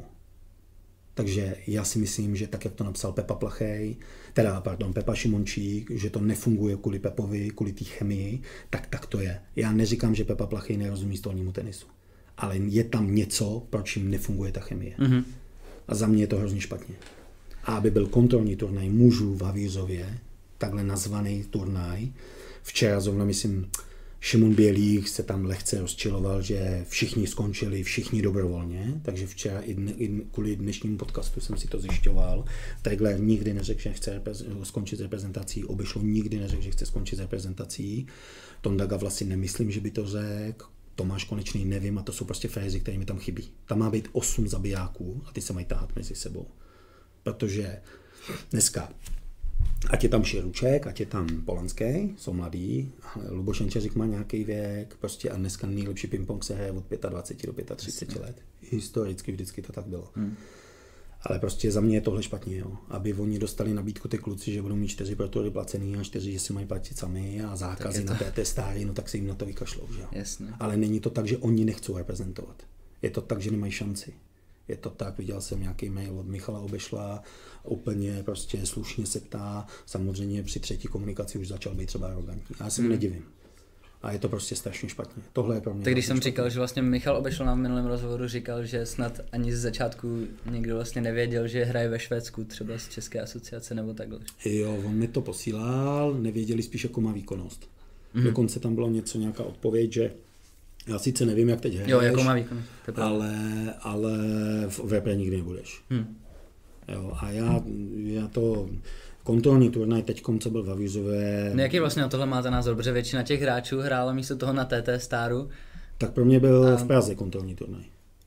Takže já si myslím, že tak, jak to napsal Pepa Plachej, teda, pardon, Pepa Šimončík, že to nefunguje kvůli Pepovi, kvůli té chemii, tak tak to je. Já neříkám, že Pepa Plachej nerozumí stolnímu tenisu, ale je tam něco, proč jim nefunguje ta chemie. Mm-hmm. A za mě je to hrozně špatně. A aby byl kontrolní turnaj mužů v Havířově, takhle nazvaný turnaj, včera zrovna, myslím, Šimon Bělých se tam lehce rozčiloval, že všichni skončili, všichni dobrovolně, takže včera i, dne, i kvůli dnešnímu podcastu jsem si to zjišťoval. Tregler nikdy neřekl, že chce skončit s reprezentací, Obešlo nikdy neřekl, že chce skončit s reprezentací. Tonda Gavlas si nemyslím, že by to řekl. Tomáš Konečný nevím a to jsou prostě frézy, které mi tam chybí. Tam má být osm zabijáků a ty se mají tahat mezi sebou. Protože dneska ať je tam Širuček, ať je tam Polanský, jsou mladí, Luboš Jenčeřík má nějaký věk, prostě a dneska nejlepší ping-pong se hraje od dvacet pět do třicet pět let. Historicky vždycky to tak bylo. Hmm. Ale prostě za mě je tohle špatně, jo. Aby oni dostali nabídku ty kluci, že budou mít čtyři protory placený a čtyři, že si mají platit sami a zákazy to... na té té stáry, no tak se jim na to vykašlou, že jo. Jasně. Ale není to tak, že oni nechcou reprezentovat. Je to tak, že nemají šanci. Je to tak, viděl jsem nějaký mail od Michala Obešla, úplně prostě slušně se ptá, samozřejmě při třetí komunikaci už začal být třeba arrogantní. A já se mu hmm. nedivím. A je to prostě strašně špatně. Tohle je pro mě. Tak když jsem špatně. Říkal, že vlastně Michal Obešl nám v minulém rozhovoru říkal, že snad ani z začátku nikdo vlastně nevěděl, že hraje ve Švédsku, třeba z České asociace nebo takhle. Jo, on mi to posílal, nevěděli spíš, jakou má výkonnost. Hmm. Dokonce tam bylo něco, nějaká odpověď, že já sice nevím, jak teď hraješ, jo, jakou má výkonnost, ale, ale v repre nikdy nebudeš. Hmm. Jo, a já, já to kontrolní turnaj teďkom, co byl v Havířově. No jaký vlastně na tohle máte názor, protože většina těch hráčů hrála místo toho na T T Staru, Tak pro mě byl a... v Praze kontrolní turnaj.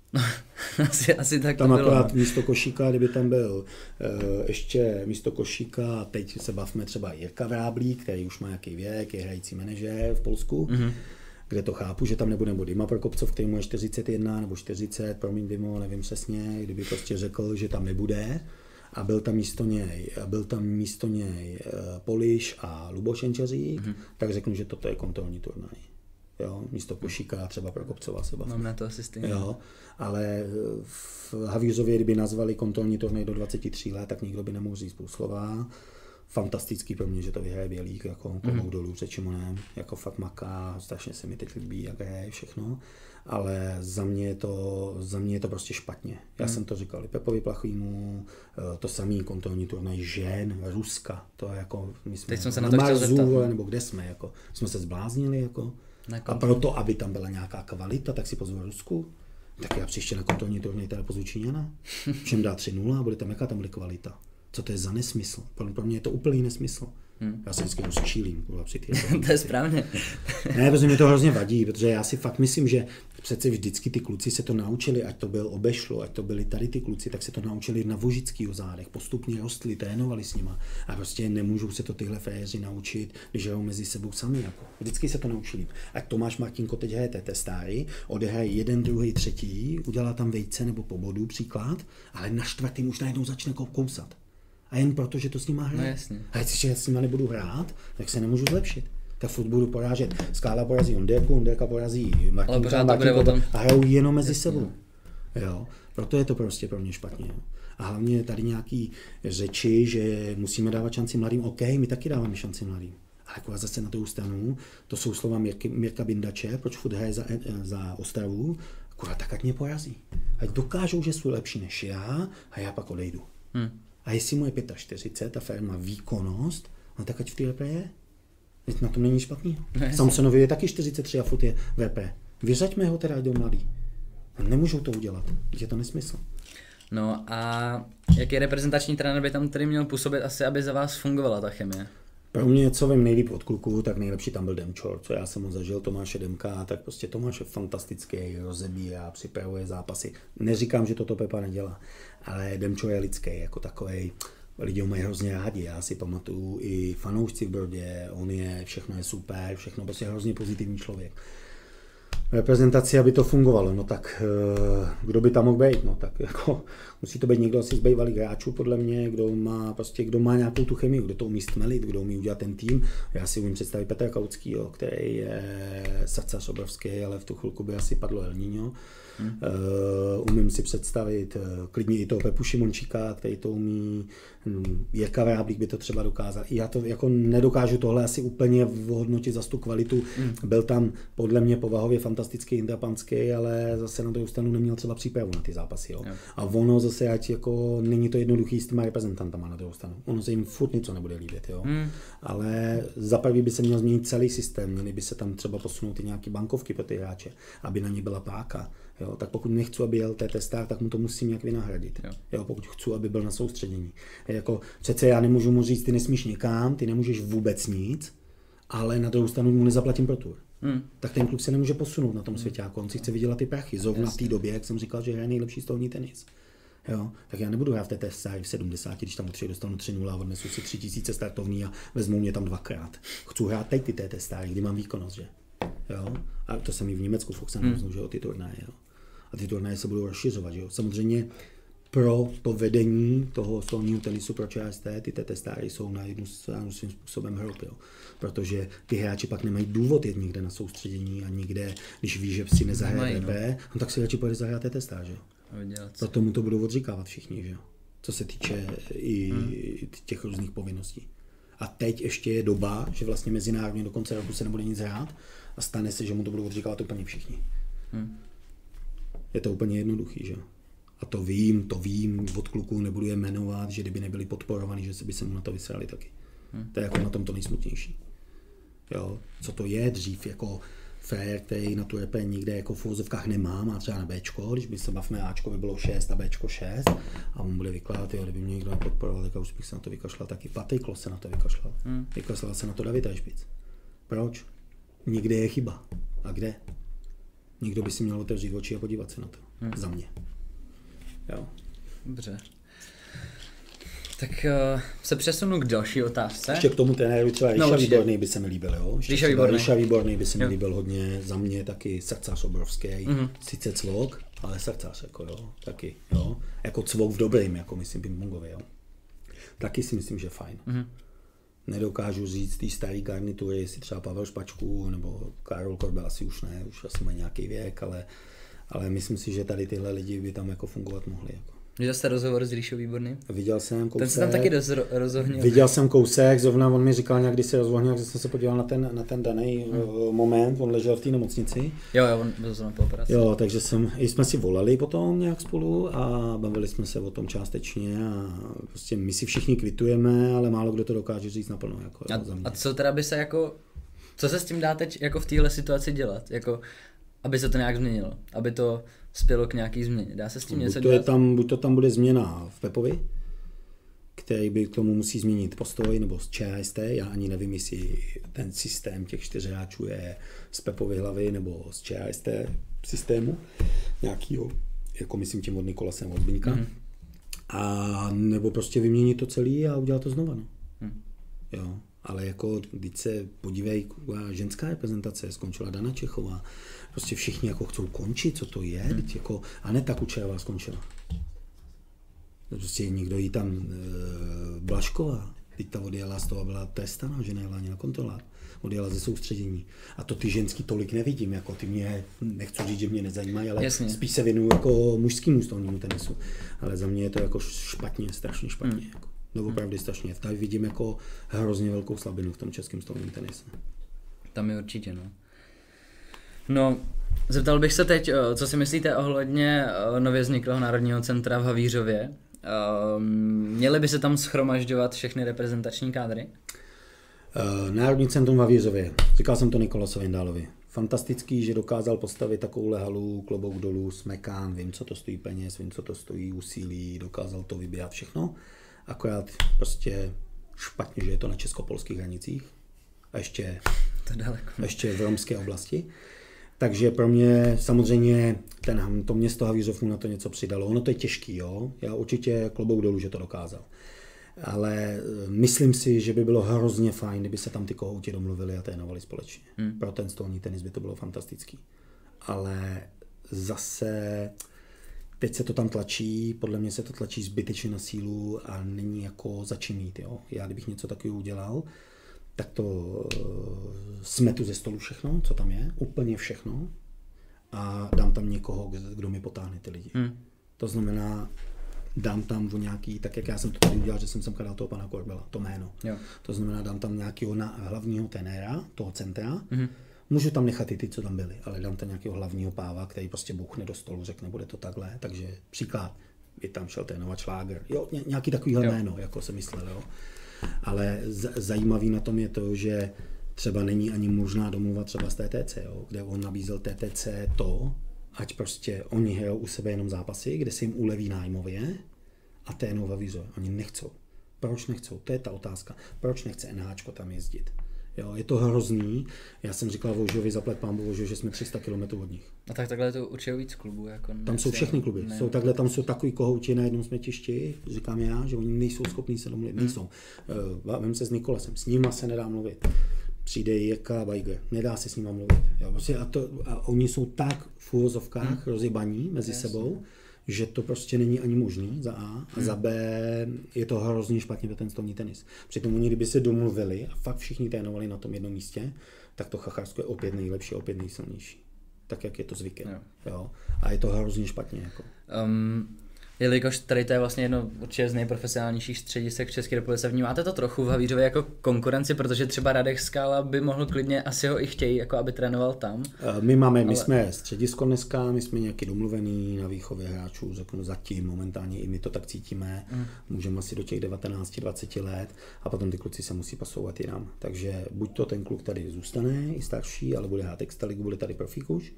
asi, asi tak tam to bylo. akorát místo košíka, kdyby tam byl uh, ještě místo košíka, teď se bavíme třeba Jirka Vráblík, který už má nějaký věk, je hrající manažér v Polsku, mm-hmm. kde to chápu, že tam nebude, nebo Dima Prokopcov, který mu je čtyřicet jedna nebo čtyřicet, promiň Dimo, nevím přesně, kdyby prostě řekl, že tam nebude a byl tam místo něj, a byl tam místo něj uh, Poliš a Luboš Jenčeřík, mm-hmm. tak řeknu, že toto je kontrolní turnaj. Jo, místo košíka třeba Prokopcova se bavíme. Mám na to asi stejně. Jo, ale v Havířově, kdyby nazvali kontrolní turnaj do dvacet tři let, tak nikdo by nemohl říct půl slova. Fantastický pro mě, že to vyhraje Bělík, jako klobouk mm. dolů před Šimonem, jako fakt maká, strašně se mi teď líbí, jak hraje všechno, ale za mě je to, za mě je to prostě špatně. Já mm. jsem to říkal i Pepovi Plachýmu, to samý kontrolní turnaj žen, Ruska, to jako, my jsme se na to Marzu, nebo kde jsme, jako, jsme se zbláznili, jako. A proto, aby tam byla nějaká kvalita, tak si pozvu Rusku. Tak já příště na kontrolní turnaj teda pozvu Číňana. Všem dá tři nula a bude tam, jaká tam bude kvalita. Co to je za nesmysl? Pro, pro mě je to úplný nesmysl. Hmm. Já se vždycky rozčílím. To je správně. Ne, protože mě to hrozně vadí, protože já si fakt myslím, že přece vždycky ty kluci se to naučili, ať to byl Obešlo, ať to byli tady ty kluci, tak se to naučili na Vožickýho zádech, postupně rostli, trénovali s nima a prostě nemůžou se to tyhle féři naučit, když hrajou mezi sebou sami. Jako. Vždycky se to naučili. Ať Tomáš Martinko teď hraje té testáry, odehraje jeden, druhý, třetí, udělá tam vejce nebo po bodu, příklad, ale na čtvrtým už najednou začne kousat. A jen proto, že to s nima hraje. No, a jestli s nima nebudu hrát, tak se nemůžu zlepšit. Tak furt budu porážet. Skála porazí Onderku, Onderka porazí Martinka, Martinko a hrajou jenom mezi Jasně. sebou. Jo? Proto je to prostě pro mě špatně. Jo? A hlavně tady nějaký řeči, že musíme dávat šanci mladým. OK, my taky dáváme šanci mladým. Ale jako zase na druhou stranu, to jsou slova Mirky, Mirka Bindače, proč furt hraje za, za Ostravu, akorát tak ať mě porazí. Ať dokážou, že jsou lepší než já a já pak odejdu. Hmm. A jestli mu je čtyřicet pět, ta firma výkonnost, no tak ať v té V P je. Na tom není špatný. No, Samsonovi je taky čtyřicet tři a furt je V P. Vyřaďme ho teda do mladý. Nemůžou to udělat, je to nesmysl. No a jaký reprezentační trenér by tam tedy měl působit asi, aby za vás fungovala ta chemie? Pro mě, co vím nejlíp od kluků, tak nejlepší tam byl Demčor, co já jsem ho zažil, Tomáše Demka, tak prostě Tomáš je fantastický, rozebírá, připravuje zápasy. Neříkám, že toto Pepa nedělá, ale Demčor je lidský, jako takovej, lidi ho mají hrozně rádi, já si pamatuju i fanoušci v Brodě, on je, všechno je super, všechno prostě hrozně pozitivní člověk. Reprezentaci, aby to fungovalo, no tak kdo by tam mohl být, no tak jako musí to být někdo asi z bývalých hráčů podle mě, kdo má prostě, kdo má nějakou tu chemii, kdo to umí stmelit, kdo umí udělat ten tým. Já si umím představit Petra Kauckýho, který je srdcař obrovský, ale v tu chvilku by asi padlo El Niño. Hmm. Uh, umím si představit uh, klidně i toho Pepu Šimončíka, který to umí, um, Jirka Vráblík by to třeba dokázal. Já to jako nedokážu tohle asi úplně vhodnotit za tu kvalitu. Hmm. Byl tam podle mě povahově fantastický Indra Panský, ale zase na druhou stranu neměl třeba přípravu na ty zápasy. Jo. Yeah. A ono zase, ať jako není to jednoduchý s těma reprezentantama na druhou stranu. Ono se jim furt něco nebude líbit. Jo. Hmm. Ale za prvý by se měl změnit celý systém, měly by se tam třeba posunout i nějaké bankovky pro ty hráče, aby na ně byla páka. Jo, tak pokud nechci, aby jel té testách, tak mu to musím nějak vynahradit. Jo. Jo, pokud chci, aby byl na soustředění. Jako, přece já nemůžu mu říct, ty nesmíš nikam, ty nemůžeš vůbec nic, ale na druhou stranu mu nezaplatím pro tur. Hmm. Tak ten kluk se nemůže posunout na tom hmm. světě, jako on si chce vydělat ty prachy. Zrovna v té době, jak jsem říkal, že hraje nejlepší stolní tenis. Jo, tak já nebudu hrát v té testáři v sedmdesáti, když tam utři dostanu tři nula a odnesu si tři tisíce startovní a vezmou mě tam dvakrát. Chci hrát teď ty té testáři, kdy mám výkonnost, že? Jo? A to jsem i v Německu v Oxenhausen, hmm. že jo, ty turnaje, jo. A ty turnaje se budou rozšiřovat, že jo. Samozřejmě pro to vedení toho stolního tenisu pro Č S T ty testáry jsou na jednu stranu svým způsobem hrob, jo. Protože ty hráči pak nemají důvod jít nikde na soustředění a nikde, když ví, že si nezahraje B, no tak si radši pojede zahrát té testáře, jo. Proto mu to budou odříkávat všichni, že jo. Co se týče i hmm. těch různých povinností. A teď ještě je doba, že vlastně mezinárodně do konce roku se nebude nic hrát a stane se, že mu to budou odříkávat úplně všichni. Hmm. Je to úplně jednoduchý, že? A to vím, to vím, od kluků nebudu je jmenovat, že kdyby nebyli podporovaní, že by se mu na to vysrali taky. Hmm. To je jako na tom to nejsmutnější. Jo? Co to je dřív jako frajer, který na tu repre nikde jako v uvozovkách nemá, má třeba na Bčko, když by se bavme Ačko by bylo šest a Bčko šest a on bude vykládat, jo, kdyby mě někdo nepodporoval, tak už bych se na to vykašlal taky. Patrik Klos se na to vykašlal. Hmm. Vykašlal se na to David Ajšpic. Proč? Nikde je chyba. A kde? Někdo by si měl otevřít oči a podívat se na to. Hmm. Za mě. Jo. Dobře. Tak uh, se přesunu k další otázce. Ještě k tomu trenéru třeba Ríša no, Výborný by se mi líbil, jo? Ríša Výborný. Ríša Výborný by se mi jo. líbil hodně, za mě taky srdcař obrovský, mm-hmm. sice cvok, ale srdcař, jako jo, taky, jo? Jako cvok v dobrým, jako myslím pingpongově, jo? Taky si myslím, že fajn. Mm-hmm. Nedokážu říct té staré garnitury, jestli třeba Pavel Špačku, nebo Karol Korbe, asi už ne, už asi má nějaký věk, ale, ale myslím si, že tady tyhle lidi by tam jako fungovat mohli, jako. Viděl jste rozhovor s Ríšou Výborným? Viděl jsem kousek. Ten se tam taky dost rozohnil. Viděl jsem kousek, zrovna on mi říkal nějak, když se rozvohnil, když jsem se podíval na ten, na ten daný hmm. moment, on ležel v té nemocnici. Jo, jo, on byl zrovna po operaci. Jo, takže jsem, jsme si volali potom nějak spolu a bavili jsme se o tom částečně a prostě my si všichni kvitujeme, ale málo kdo to dokáže říct naplno. Jako, a, za mě. A co teda by se jako, co se s tím dá teď jako v téhle situaci dělat? Jako, aby se to nějak změnilo, aby to spělo k nějaký změně. Dá se s tím buď něco to dělat? Tam, buď to tam bude změna v Pepovi, který by k tomu musí změnit postoj, nebo z ČHST. Já ani nevím, jestli ten systém těch čtyř hráčů je z Pepovy hlavy nebo z ČHST systému nějakýho, jako myslím tím od Nikolasem, od Zbyňka. Mm. A nebo prostě vyměnit to celé a udělat to znova. No. Mm. Jo. Ale jako, když se podívej, ženská reprezentace, skončila Dana Čechová, prostě všichni jako chcou končit, co to je, hmm. jako, a ne tak Kučerová skončila. Prostě někdo jí tam, e, Blašková, teď ta odjela z toho, byla trestaná, že nejela ani na kontrolách, odjela ze soustředění. A to ty ženský tolik nevidím, jako ty mě, nechci říct, že mě nezajímají, ale Jasně. spíš se věnuju jako mužskému stolnímu tenisu. Ale za mě je to jako špatně, strašně špatně. Hmm. Jako. No opravdu strašně. Tady vidím jako hrozně velkou slabinu v tom českém stolním tenise. Tam je určitě, no. No, zeptal bych se teď, co si myslíte ohledně nově vzniklého Národního centra v Havířově. Měly by se tam shromažďovat všechny reprezentační kádry? Národní centrum v Havířově. Říkal jsem to Nikolasovi Jendálovi. Fantastický, že dokázal postavit takovouhle halu, klobouk dolů, smekán, vím, co to stojí peněz, vím, co to stojí úsilí, dokázal to vybíhat všechno. Akorát prostě špatně, že je to na česko-polských hranicích a ještě, to daleko. ještě v romské oblasti. Takže pro mě samozřejmě ten, to město Havířov mu na to něco přidalo. Ono to je těžký, jo. Já určitě klobouk dolů, že to dokázal. Ale myslím si, že by bylo hrozně fajn, kdyby se tam ty kohouti domluvili a trénovali společně. Hmm. Pro ten stolní tenis by to bylo fantastický. Ale zase teď se to tam tlačí, podle mě se to tlačí zbytečně na sílu a není jako za čím jít, jo. Já kdybych něco takového udělal, tak to uh, smetu ze stolu všechno, co tam je, úplně všechno a dám tam někoho, kdo mi potáhne ty lidi. Hmm. To znamená, dám tam o nějaký, tak jak já jsem to tady udělal, že jsem sem dal toho pana Korbela, to jméno. Jo. To znamená, dám tam nějakého hlavního trenéra, toho centra, hmm. Můžu tam nechat i ty, co tam byli, ale dám tam nějakého hlavního páva, který prostě bouchne do stolu, řekne, bude to takhle, takže příklad, by tam šel trénovat Šláger, jo, nějaký takovýhle jo. jméno, jako jsem myslel, jo. Ale z- zajímavý na tom je to, že třeba není ani možná domluva třeba z T T C, jo, kde on nabízel T T C to, ať prostě oni hrajou u sebe jenom zápasy, kde se jim uleví nájmově a trénou ve Havířově. Oni nechcou. Proč nechcou? To je ta otázka. Proč nechce NHčko tam jezdit? Jo, je to hrozný. Já jsem říkal Vožovi, zaplet pán Bohu, že jsme tři sta kilometrů od nich. A tak takhle to určitě víc klubů. Jako tam jsou všechny kluby. Ne, jsou takhle, tam jsou takový kohouti na jednom smetišti, říkám já, že oni nejsou schopní se domluvit. Hmm. Nejsou. Bavím se s Nikolasem, s nima se nedá mluvit. Přijde Jirka Weiger, nedá se s nima mluvit. Jo, prostě a, to, a oni jsou tak v úvozovkách hmm. rozjebaní mezi Jasně. sebou, že to prostě není ani možný, za A, a hmm. za B je to hrozně špatně pro ten stolní tenis. Přitom oni, kdyby se domluvili a fakt všichni trénovali na tom jednom místě, tak to Chacharsko je opět nejlepší, opět nejsilnější. Tak, jak je to zvykem. Jo. Jo. A je to hrozně špatně. Jako. Um, jelikož tady to je vlastně jedno určitě z nejprofesionálnějších středisek v České republice, vnímáte to trochu v Havířově jako konkurenci, protože třeba Radek Skála by mohl klidně, asi ho i chtějí, jako aby trénoval tam. My máme, ale... my jsme středisko dneska, my jsme nějaký domluvený na výchově hráčů, řeknu zatím, momentálně i my to tak cítíme, mm. můžeme asi do těch devatenáct dvacet let a potom ty kluci se musí pasovat jinam. Takže buď to ten kluk tady zůstane, i starší, ale bude hrát extraligu, bude tady profík už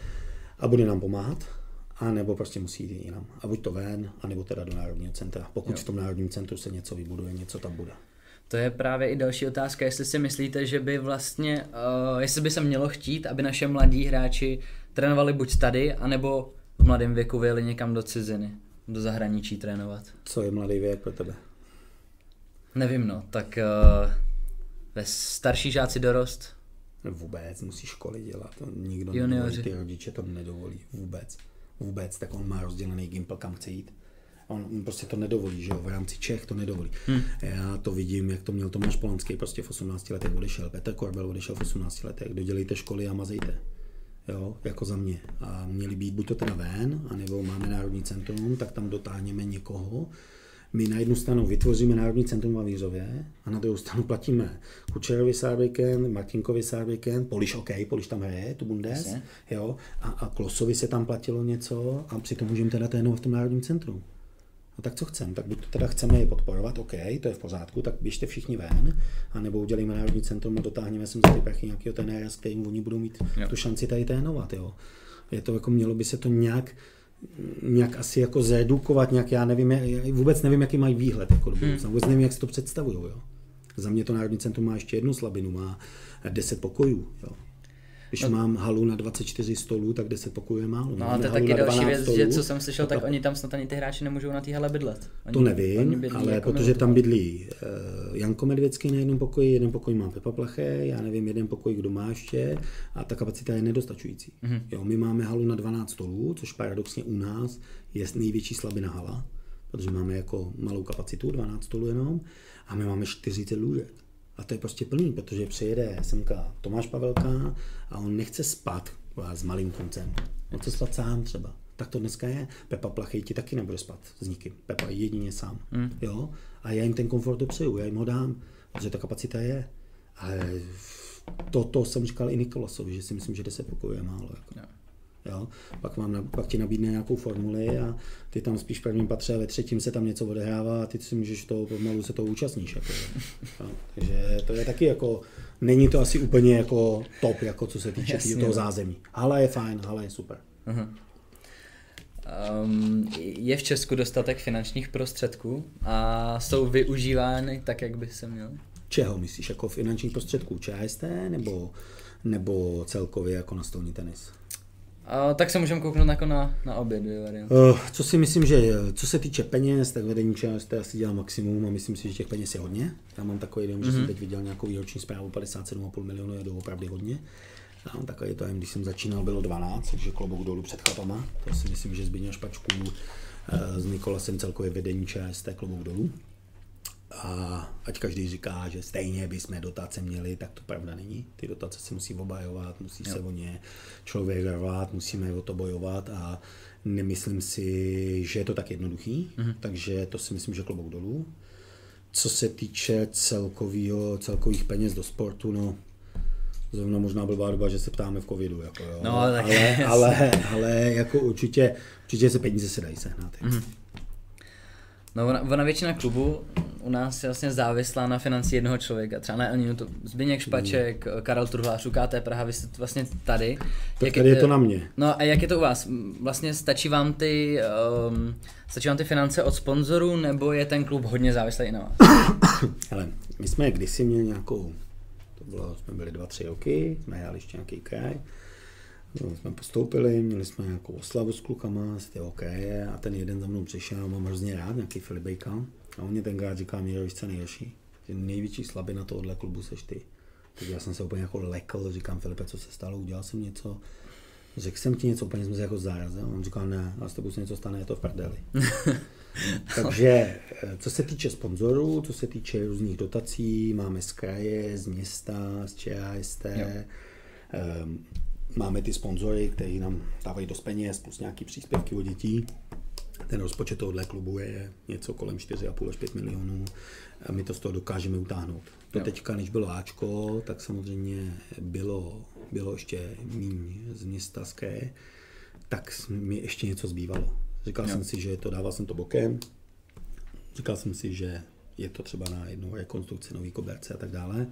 a bude nám pomáhat. A nebo prostě musí jít jinam. A buď to ven, anebo teda do Národního centra. Pokud jo. v tom Národním centru se něco vybuduje, něco tam bude. To je právě i další otázka, jestli si myslíte, že by vlastně, uh, jestli by se mělo chtít, aby naše mladí hráči trénovali buď tady, anebo v mladém věku vyjeli někam do ciziny, do zahraničí trénovat. Co je mladý věk pro tebe? Nevím no, tak uh, ve starší žáci dorost. Vůbec, musí školy dělat, to nikdo Junioři. nedovolí, ty rodiče to nedovolí, vůbec. Vůbec, tak on má rozdělený gimpl, kam chce jít. On, on prostě to nedovolí, že jo, v rámci Čech to nedovolí. Hmm. Já to vidím, jak to měl Tomáš Polanský, prostě v osmnácti letech odešel, Petr Korbel odešel v osmnácti letech, dodělejte školy a mazejte. Jo, jako za mě. A měli být buď to teda ven, anebo máme Národní centrum, tak tam dotáhneme někoho. My na jednu stranu vytvoříme Národní centrum v Havířově a na druhou stranu platíme Kučerovi Saarbrücken, Martinkovi Saarbrücken, Poliš OK, Poliš tam hraje, tu Bundes, jo, a, a Klosovi se tam platilo něco a přitom můžeme teda trénovat v tom Národním centru. No tak co chceme? Tak buď to teda chceme je podporovat, OK, to je v pořádku, tak běžte všichni ven, anebo udělíme Národní centrum a dotáhneme sem za ty prachy nějakého trenéra, s kterým oni budou mít jo. tu šanci tady trénovat, jo. Je to jako, mělo by se to nějak nějak asi jako zredukovat, nějak, já nevím, já vůbec nevím, jaký mají výhled jako do budoucna, vůbec nevím, jak si to představují, jo. Za mě to Národní centrum má ještě jednu slabinu, má deset pokojů, jo. Když no. mám halu na dvacet čtyři stolů, tak deset pokojů je málo. No a to je taky další věc, stolů, že co jsem slyšel, tak oni tam snad ani ty hráči nemůžou na té hale bydlet. Oni, to nevím, ale jako protože tam bydlí uh, Janko Medvěcký na jednom pokoji, jeden pokoj má Pepa Plaché, já nevím, jeden pokoj kdo má ještě a ta kapacita je nedostačující. Mm-hmm. Jo, my máme halu na dvanáct stolů, což paradoxně u nás je největší slabina hala, protože máme jako malou kapacitu, dvanáct stolů jenom, a my máme čtyřicet lůžek. A to je prostě plný, protože přijede semka Tomáš Pavelka a on nechce spát s malým koncem. On chce spát sám třeba. Tak to dneska je. Pepa Plachej ti taky nebude spát s nikým. Pepa je jedině sám. Mm. Jo? A já jim ten komfort dopřeju, já jim ho dám, protože ta kapacita je. Ale toto jsem říkal i Nikolasovi, že si myslím, že deset pokojů je málo. Jako. Yeah. Jo? Pak, mám, pak ti nabídne nějakou formuli a ty tam spíš v prvním patře a ve třetím se tam něco odehrává a ty si můžeš to pomalu se toho účastníš. Jako, jo? Takže to je taky jako, není to asi úplně jako top, jako co se týče Jasně, toho zázemí. Hala je fajn, hala je super. Uh-huh. Um, je v Česku dostatek finančních prostředků a jsou využívány tak, jak by se měly? Čeho myslíš? Jako finančních prostředků ČST nebo, nebo celkově jako na stolní tenis? Uh, tak se můžeme kouknout jako na, na obě dvě varianty. Uh, co si myslím, že co se týče peněz, tak vedení ČST asi dělá maximum a myslím si, že těch peněz je hodně. Já mám takový dojem, mm-hmm. že jsem teď viděl nějakou výroční zprávu padesát sedm celá pět milionu, je to opravdu hodně. Já mám takový to, když jsem začínal, bylo dvanáct, takže klobouk dolů před chlapama. To si myslím, že Zbyněk Špačků uh, s Nikolasem celkově vedení ČST klobouk dolů. A ať každý říká, že stejně bychom dotace měli, tak to pravda není. Ty dotace se musí obhajovat, musí jo. se o ně člověk rvát, musíme o to bojovat a nemyslím si, že je to tak jednoduchý, mhm. takže to si myslím, že klobouk dolů. Co se týče celkovýho, celkových peněz do sportu, no zrovna možná blbá doba, že se ptáme v covidu, jako jo. No, ale, ale, ale, ale jako určitě, určitě se peníze se dají sehnat. Mhm. No ona, ona většina klubů u nás je vlastně závislá na financí jednoho člověka, třeba na Elnínu, to Zbyněk Špaček, mm. Karel Turhlář, U K T Praha, vy jste vlastně tady. Tak tady je, je to na mě. No a jak je to u vás? Vlastně stačí vám ty, um, stačí vám ty finance od sponzorů, nebo je ten klub hodně závislý i na vás? Hele, my jsme kdysi měli nějakou, to bylo, jsme byli dva, tři roky, jsme jeli ještě nějaký kraj. No, jsme postoupili, měli jsme nějakou oslavu s klukama, jste OK, a ten jeden za mnou přišel, mám hrozně rád, nějaký Filip Bejka, a on mě tenkrát říká, Míro, víš co nejhorší, že největší slabina tohohle klubu seš ty. Takže já jsem se úplně jako lekl, říkám, Filipe, co se stalo, udělal jsem něco, řekl jsem ti něco, úplně jsme se jako zarazil, a on říkal, ne, a s tebou se něco stane, je to v prdeli. Takže co se týče sponzorů, co se týče různých dotací, máme z kraje, z města, z ČST, um, máme ty sponzory, kteří nám dávají dost peněz, plus nějaký příspěvky od dětí. Ten rozpočet tohohle klubu je něco kolem čtyři a půl až pět milionů a my to z toho dokážeme utáhnout. Do teďka, než bylo Ačko, tak samozřejmě bylo, bylo ještě míň z města, z kraje, tak mi ještě něco zbývalo. Říkal jo. jsem si, že to dával jsem to bokem, říkal jsem si, že je to třeba na jednu rekonstrukci, nový koberce a tak dále.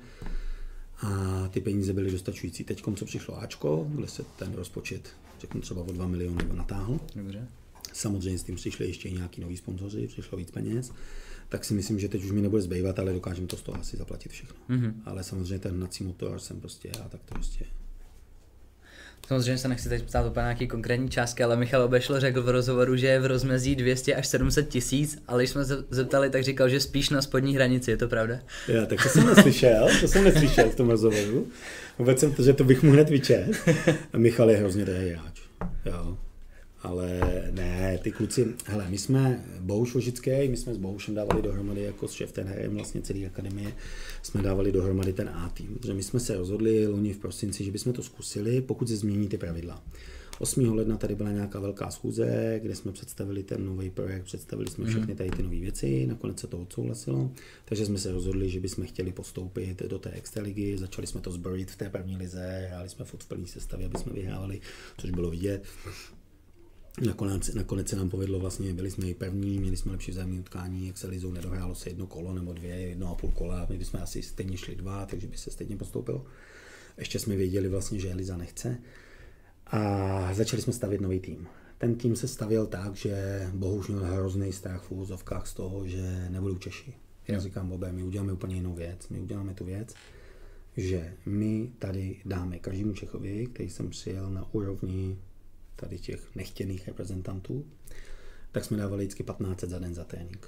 A ty peníze byly dostačující. Teď, co přišlo Ačko, kde se ten rozpočet, řeknu třeba o dva miliony natáhl. Dobře. Samozřejmě s tím přišli ještě nějaký noví sponzoři, přišlo víc peněz, tak si myslím, že teď už mi nebude zbývat, ale dokážeme to z toho asi zaplatit všechno. Mm-hmm. Ale samozřejmě ten hnací motor jsem prostě já, tak to prostě... Samozřejmě se nechci teď ptát úplně nějaký konkrétní částky, ale Michal Obešl řekl v rozhovoru, že je v rozmezí dvě stě až sedm set tisíc, ale když jsme se zeptali, tak říkal, že spíš na spodní hranici, je to pravda? Já, tak to jsem neslyšel, to jsem neslyšel v tom rozhovoru. Vůbec jsem to, že to bych mu hned vyčet. A Michal je hrozně dobrý hráč. Jo. Ale ne, ty kluci, hele, my jsme Bohuš Vožický, my jsme s Bohušem dávali dohromady jako s šéftenérem vlastně celé akademie, jsme dávali dohromady ten A tým, protože my jsme se rozhodli loni v prosinci, že bychom to zkusili, pokud se změní ty pravidla. osmého ledna tady byla nějaká velká schůze, kde jsme představili ten nový projekt, představili jsme všechny tady ty nové věci, nakonec se to odsouhlasilo, takže jsme se rozhodli, že bychom chtěli postoupit do té extraligy, začali jsme to zbrojit v té první lize, hráli jsme furt v plné sestavě, aby jsme vyhrávali, což bylo vidět. Nakonec, nakonec se nám povedlo, vlastně byli jsme i první, měli jsme lepší vzájemné utkání, jak se Lizou nedohrálo se jedno kolo nebo dvě, jedno a půl kola, my bychom asi stejně šli dva, takže by se stejně postoupilo. Ještě jsme věděli vlastně, že Liza nechce a začali jsme stavět nový tým. Ten tým se stavěl tak, že Bohuž měl hrozný strach v úvozovkách z toho, že nebudou Češi. Já říkám, Bobe, my uděláme úplně jinou věc, my uděláme tu věc, že my tady dáme každému Čechovi, který jsem přijel na úrovni tady těch nechtěných reprezentantů, tak jsme dávali vždycky patnáct set za den za trénink.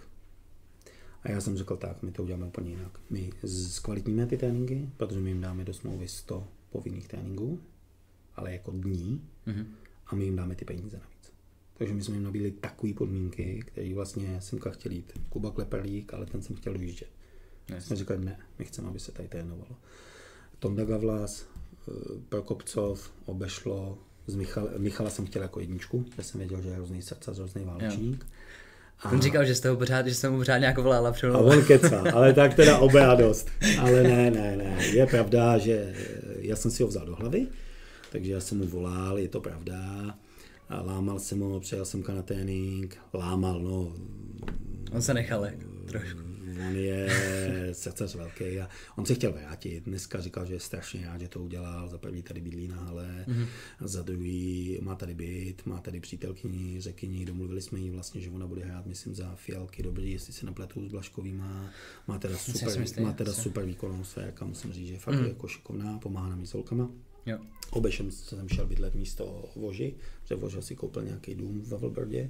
A já jsem řekl tak, my to uděláme úplně jinak. My zkvalitníme ty tréninky, protože my jim dáme do smlouvy sto povinných tréninků, ale jako dní, mm-hmm. a my jim dáme ty peníze navíc. Takže my jsme jim nabídli takové podmínky, které vlastně Semka chtěl jít. Kuba Kleperlík, ale ten jsem chtěl vyjíždět. Yes. Jsme říkali, ne, my chceme, aby se tady trénovalo. Tonda Gavlas, Prokopcov, Obešlo, z Michal, Michala jsem chtěl jako jedničku, já jsem věděl, že je hrozný srdce, hrozný válečník. A on říkal, že jste ho pořád, že jsem mu pořád nějak volal a A on keca, ale tak teda obe a dost. Ale ne, ne, ne, je pravda, že já jsem si ho vzal do hlavy, takže já jsem mu volal, je to pravda. A lámal jsem ho, přijel jsem na trénink, lámal, no. On se nechal trošku. On je srdcař velký a on se chtěl vrátit. Dneska říkal, že je strašně rád, že to udělal. Za první tady bydlí na hale, mm-hmm. a za druhý má tady byt, má tady přítelkyni, řekyni, domluvili jsme jí vlastně, že ona bude hrát, myslím, za Fialky, dobrý, jestli se nepletu s Blaškovýma. Má teda super, myslím, má teda super výkonnost, jaká musím říct, že je fakt mm. jako šikovná, pomáhá nám s holkama. Jo. Obešem jsem šel bydlet místo Voži, že Voža si koupil nějaký dům v Velbrdě.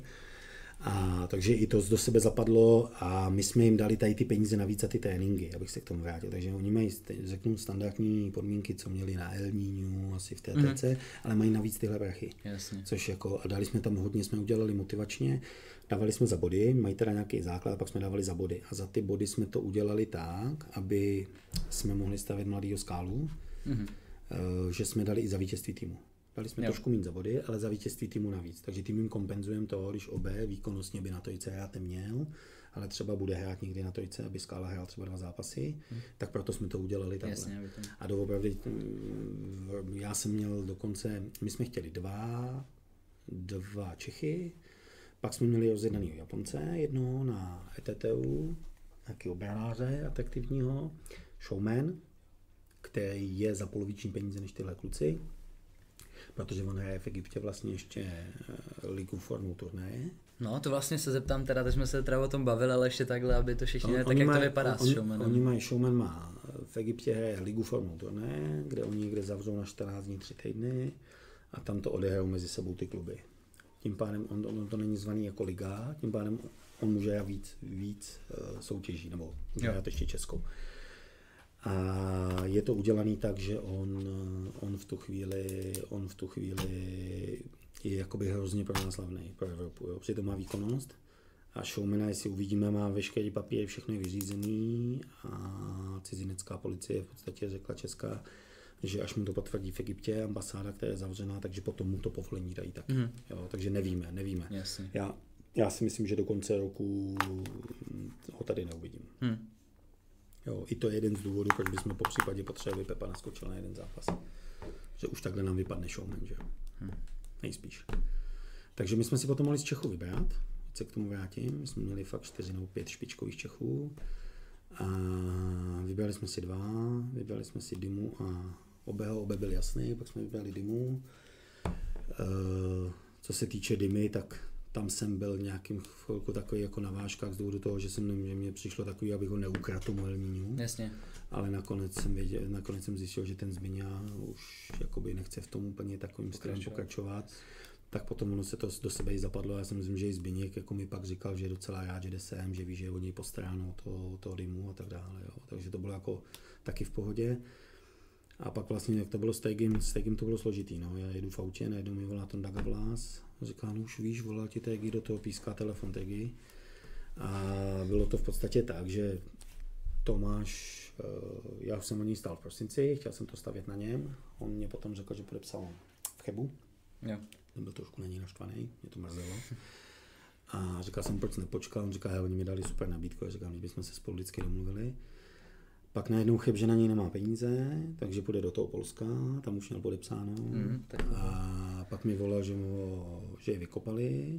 A takže i to do sebe zapadlo a my jsme jim dali tady ty peníze navíc za ty tréninky, abych se k tomu vrátil. Takže oni mají, řeknu, standardní podmínky, co měli na El Niñu, asi v té té cé, mm-hmm. ale mají navíc tyhle prachy. Jasně. Což jako, a dali jsme tam hodně, jsme udělali motivačně, dávali jsme za body, mají teda nějaký základ, a pak jsme dávali za body. A za ty body jsme to udělali tak, aby jsme mohli stavět mladýho skálu, mm-hmm. že jsme dali i za vítězství týmu. Dali jsme jo. trošku méně za body, ale za vítězství týmu navíc. Takže tím jim kompenzujeme to, když obé výkonnostně by na trojce hrát neměl, ale třeba bude hrát někdy na trojce, aby Skála hrál třeba dva zápasy, hmm. tak proto jsme to udělali takhle. Jasně, a doopravdy já jsem měl dokonce, my jsme chtěli dva, dva Čechy, pak jsme měli rozjednanýho Japonce, jedno na E T T U, nějaký obranáře atraktivního, showman, který je za poloviční peníze než tyhle kluci. Protože on hraje v Egyptě vlastně ještě ligu formou turnaje. No, to vlastně se zeptám, teda teď jsme se teda o tom bavili, ale ještě takhle, aby to všichni věděli, tak jak maj, to vypadá on, s showmanem. Oni mají, showman má v Egyptě hraje ligu formou turnaje, kde oni někde zavřou na čtrnáct dní, tři týdny a tam to odehrajou mezi sebou ty kluby. Tím pádem on, on to není zvaný jako liga, tím pádem on může hrát víc, víc uh, soutěží, nebo může hrát ještě českou. A je to udělaný tak, že on, on v tu chvíli, on v tu chvíli je jakoby hrozně pro nás slavný, pro Evropu. Jo. Přitom má výkonnost a showmana, jestli uvidíme, má veškerý papír, všechno je vyřízený a cizinecká policie v podstatě řekla česká, že až mu to potvrdí v Egyptě, ambasáda, která je zavřená, takže potom mu to povolení dají taky. Mm. Jo, takže nevíme, nevíme. Jasně. Já, já si myslím, že do konce roku ho tady neuvidím. Mm. Jo, i to je jeden z důvodů, proč bychom po případě potřebovali Pepa naskočil na jeden zápas. Že už takhle nám vypadne showman, že jo. Hmm. Nejspíš. Takže my jsme si potom mohli z Čechů vybrat, se k tomu vrátím. My jsme měli fakt čtyři nebo pět špičkových Čechů. A vybrali jsme si dva, vybrali jsme si Dymu a Obeho, Obe byl jasný, pak jsme vybrali Dymu. E, co se týče Dymy, tak tam jsem byl nějakým chvilku takový jako na vážkách z důvodu toho, že jsem že mě přišlo takový, abych ho neukradl tomu El Niñu. Jasně. ale nakonec jsem, věděl, nakonec jsem zjistil, že ten Zbyňa už jakoby nechce v tom úplně takovým stylem pokračovat. Tak potom ono se to do sebe i zapadlo. Já si myslím, že i Zbyněk jako mi pak říkal, že je docela rád, že jde sem, že ví, že je od něj postaráno toho, toho dymu a tak dále. Jo. Takže to bylo jako taky v pohodě. A pak vlastně, jak to bylo s Tegim, s Tegim to bylo složitý. No. Já jedu v autě, najednou mi volá ten Daga Vlas. Říká, no už víš, volá ti Tegi, do toho píská telefon Tegi. A bylo to v podstatě tak, že Tomáš, já už jsem o něj stál v prosinci, chtěl jsem to stavět na něm. On mě potom řekl, že podepsal v Chebu. Jo. Ten byl trošku na něj naštvaný, mě to mrzelo. A říkal jsem, proč nepočkal, on říká, oni mi dali super nabídku, a říkám, že jsme se spolu vždycky domluvili. Pak najednou Cheb, že na něj nemá peníze, takže půjde do toho Polska, tam už měl podepsáno. Mm, a pak mi volal, že, mu, že je vykopali.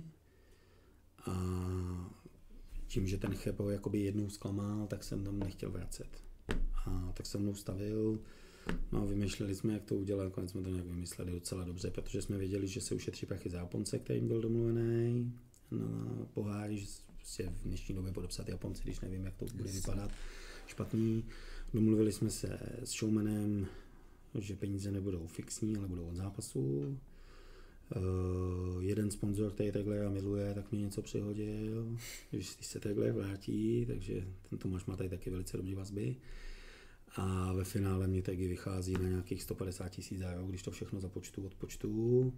A tím, že ten Cheb ho jakoby jednou zklamal, tak jsem tam nechtěl vracet. A tak jsem mnou stavil. No, vymýšleli jsme, jak to udělat, nakonec jsme to nějak vymysleli docela dobře, protože jsme věděli, že se ušetří prachy za Japonce, kterým byl domluvený na poháry, že prostě v dnešní době podepsat Japonci, když nevím, jak to bude vypadat, špatný. Domluvili jsme se s showmanem, že peníze nebudou fixní, ale budou od zápasu. Uh, jeden sponzor, který Teglera miluje, tak mi něco přihodil, když se Tegler vrátí, takže ten Tomáš má tady taky velice dobrý vazby. A ve finále mě taky vychází na nějakých sto padesát tisíc euro, když to všechno započtu od počtu.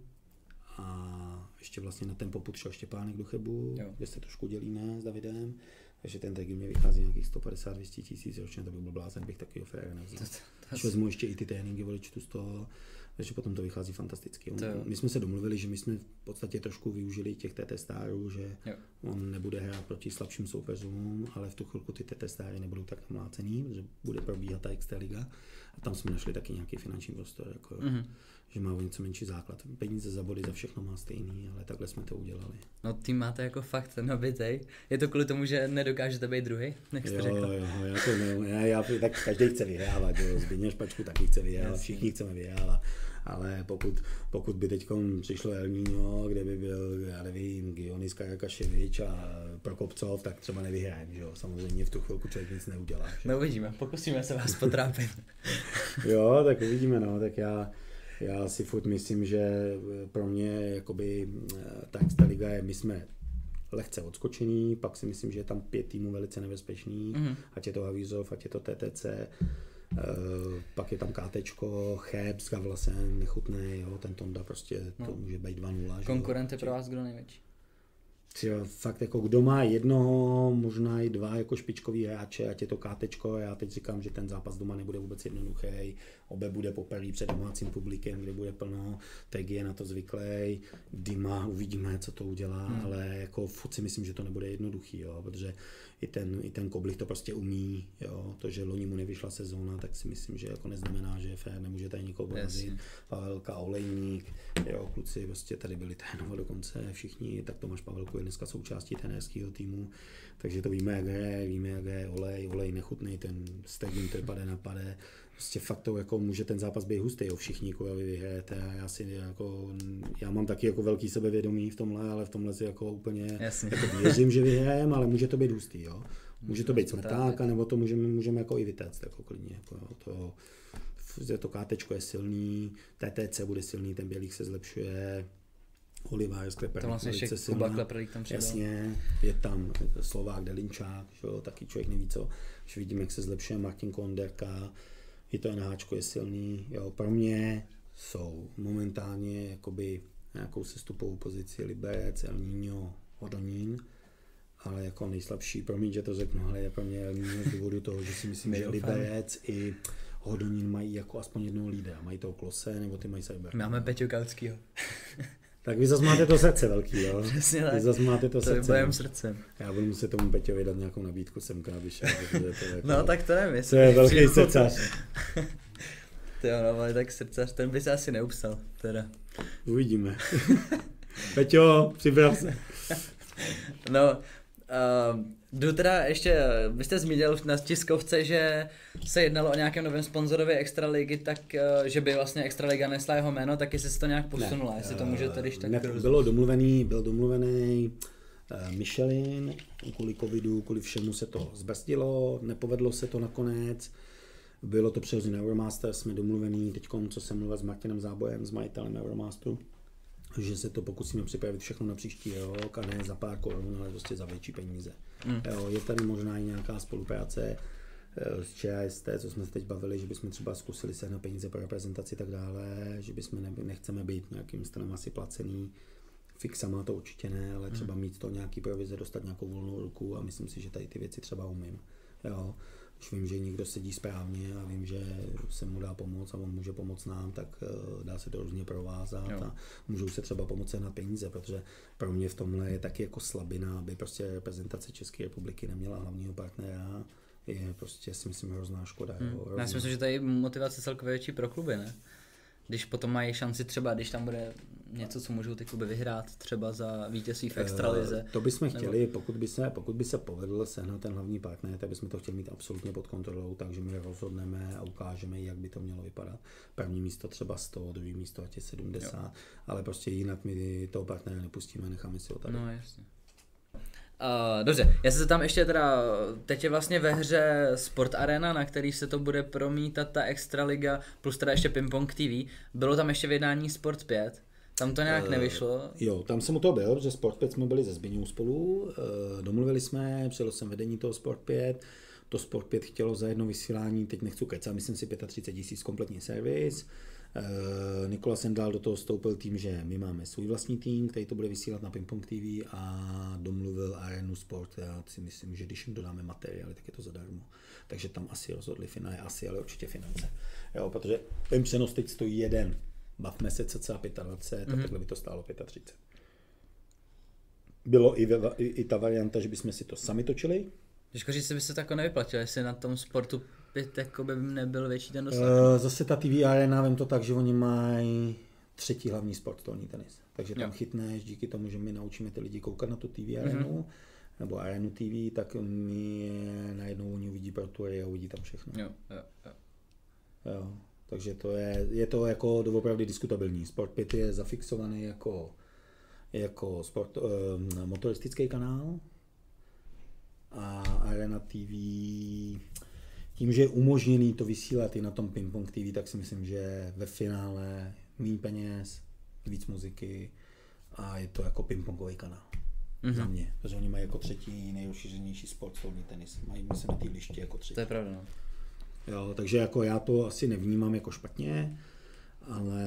A ještě vlastně na ten popud šel Štěpánek do Chebu, jo. Kde se trošku dělíme s Davidem. Takže ten taky mě vychází nějakých sto padesát až dvě stě tisíc ročně, to by byl blázen, bych takovýho fréra nevzal. Když vezmu ještě i ty tréninky, voličtu z toho, takže potom to vychází fantasticky. On, my jsme se domluvili, že my jsme v podstatě trošku využili těch T T Starů, že jo. On nebude hrát proti slabším soupeřům, ale v tu chvilku ty T T Stary nebudou tak namlácený, protože bude probíhat ta Extraliga. A tam jsme našli taky nějaký finanční prostor, jako, mm-hmm. že má o něco menší základ. Peníze za body, za všechno má stejný, ale takhle jsme to udělali. No tým máte jako fakt nabitej. Je to kvůli tomu, že nedokážete být druhý, jak jste jo, řekl? Jo, já to ne, já, já, tak každý chce vyhrávat, jo, Zbyněk Špačku taky chce vyhrávat, všichni chceme vyhrávat. Ale pokud, pokud by teď přišlo El Niño, kde by byl, já nevím, Gionis Karakaševič a Prokopcov, tak třeba nevyhrajeme, že jo, samozřejmě v tu chvilku člověk nic neudělá. Že? No uvidíme, pokusíme se vás potrápit. Jo, tak uvidíme, no, tak já, já si furt myslím, že pro mě, jakoby, ta Extraliga je, my jsme lehce odskočení, pak si myslím, že je tam pět týmů velice nebezpečný, mm-hmm. ať je to Havířov, ať je to T T C, Uh, pak je tam KTčko, Cheb s Gavlasem, nechutnej, jo, ten Tonda prostě, no. To může být dva nula. Konkurent je pro vás kdo největší? Jo, fakt jako kdo má jednoho, možná i dva jako špičkový hráče, ať je to KTčko, já teď říkám, že ten zápas doma nebude vůbec jednoduchý, obe bude poprvé před domácím publikem, kde bude plno, Tegi je na to zvyklý, Dima, uvidíme, co to udělá, hmm. ale jako furt si myslím, že to nebude jednoduchý, jo, protože i ten, i ten Koblich to prostě umí, jo, to, že loni mu nevyšla sezóna, tak si myslím, že jako neznamená, že fér, nemůže tady nikoho porazit, Pavelka, Olejník, jo, kluci prostě tady byli trénovat dokonce všichni, tak Tomáš Pavelku je dneska součástí trenérského týmu, takže to víme, jak je, víme, jak je Olej, Olej nechutný, ten Stegin trpade napade, prostě fakt to jako může ten zápas být hustý, jo, všichni jako vy vyhrajete a já si jako, já mám taky jako velký sebevědomí v tomhle, ale v tomhle si jako úplně jako věřím, že vyhrajeme, ale může to být hustý, jo. Může to být smeták, nebo to můžeme, můžeme jako i vytéct, jako klidně, jako jo, to, to KTčko je silný, T T C bude silný, ten Bělík se zlepšuje, Olivář, Kleperník, to vlastně ještě Kuba Kleperník tam přidal. Jasně, je tam Slovák, Delinčák, jo, taky člověk neví co, když vidíme, jak se zlepšuje Martin Konderka, i to NHčko je silný, jo, pro mě jsou momentálně jakoby nějakou sestupovou pozici Liberec, El Niño, Hodonín, ale jako nejslabší, promiň, že to řeknu, ale je pro mě El Niño z důvodu toho, že si myslím, že Liberec i Hodonín mají jako aspoň jednoho lídra, mají toho Klose, nebo ty mají Cyber. Máme Peťu Kautskýho. Tak vy zase máte to srdce velký, jo? Přesně tak. Vy zase máte to, to srdce. To srdcem. Já budu muset tomu Peťovi dát nějakou nabídku semka, aby šel. To jako, no tak to nevím. To je velký srdcař. To jo, no ale tak srdcař, ten by se asi neupsal, teda. Uvidíme. Peťo, připrav se. No, uh, jdu teda ještě, vy jste zmínil na tiskovce, že se jednalo o nějakém novém sponzorovi Extraligy, tak uh, že by vlastně Extraliga nesla jeho jméno, tak jestli se to nějak posunulo, jestli to můžete když tak... Ne, bylo domluvený, byl domluvený uh, Michelin, kvůli covidu, kvůli všemu se to zbrzdilo, nepovedlo se to nakonec. Bylo to přirozený Euromaster, jsme domluvený teď, co jsem mluvil s Martinem Zábojem, s majitelem Euromasteru, že se to pokusíme připravit všechno na příští rok a ne za pár korun, ale prostě za větší peníze. Mm. Jo, je tady možná i nějaká spolupráce s ČST, co jsme se teď bavili, že bychom třeba zkusili sehnat peníze pro reprezentaci a tak dále, že bychom ne, nechceme být nějakým stranem asi placený fixama, to určitě ne, ale třeba mít to nějaký provize, dostat nějakou volnou ruku a myslím si, že tady ty věci třeba umím. Jo. Když vím, že někdo sedí správně a vím, že se mu dá pomoct a on může pomoct nám, tak dá se to různě provázat jo. A můžou se třeba pomoct na peníze, protože pro mě v tomhle je taky jako slabina, aby prostě reprezentace České republiky neměla hlavního partnera, je prostě si myslím hrozná škoda. Hmm. Jo, já si myslím, že tady je motivace celkově větší pro kluby, ne? Když potom mají šanci třeba, když tam bude něco, co můžou ty kluby vyhrát, třeba za vítězství v extralize. To bychom chtěli, nebo... pokud by se, pokud by se povedl sehnat ten hlavní partner, tak bychom to chtěli mít absolutně pod kontrolou, takže my rozhodneme a ukážeme, jak by to mělo vypadat. První místo třeba sto, druhý místo ať je sedmdesát, jo. Ale prostě jinak my toho partnera nepustíme, necháme si ho tady. No jasně. Uh, dobře, já se tam ještě teda, teď je vlastně ve hře Sport Arena, na který se to bude promítat ta Extraliga, plus teda ještě Ping Pong T V. Bylo tam ještě v jednání Sport pět, tam to nějak uh, nevyšlo? Jo, tam jsem u toho byl, protože Sport pět jsme byli se Zbyňou spolu, uh, domluvili jsme, přijel jsem vedení toho Sport pět, to Sport pět chtělo za jedno vysílání, teď nechci kecat, myslím si třicet pět tisíc kompletní servis. Uh, Nikola Sendal do toho vstoupil tím, že my máme svůj vlastní tým, který to bude vysílat na Ping Pong T V a domluvil Arenu Sport. Já si myslím, že když jim dodáme materiály, tak je to zadarmo. Takže tam asi rozhodli finance, asi, ale určitě finance. Jo, protože ten přenos teď stojí jeden. Bavme se cca dvacet pět, mm-hmm. a takhle by to stálo třicet pět. Bylo i, ve, i, i ta varianta, že bychom si to sami točili. Těžko říct, by se to jako nevyplatilo, jestli na tom Sportu pět jako by nebyl větší ten dosah. Uh, zase ta T V Arena, vím to tak, že oni mají třetí hlavní sport, stolní tenis. Takže tam jo. chytneš, díky tomu, že my naučíme ty lidi koukat na tu T V Arenu, mm-hmm. nebo Arenu T V, tak my najednou oni uvidí pro tury a uvidí tam všechno. Jo, jo, jo. Jo, takže to je, je to jako opravdu diskutabilní. Sport pět je zafixovaný jako, jako sport, uh, motoristický kanál a Arena T V, tím, že je umožněný to vysílat i na tom Ping Pong T V, tak si myslím, že ve finále méně peněz, víc muziky a je to jako pingpongový kanál. Mm-hmm. Za mě, protože oni mají jako třetí nejrozšířenější sport stolní tenis. Mají myslím na té liště jako třetí. To je pravda, no. Jo, takže jako já to asi nevnímám jako špatně, ale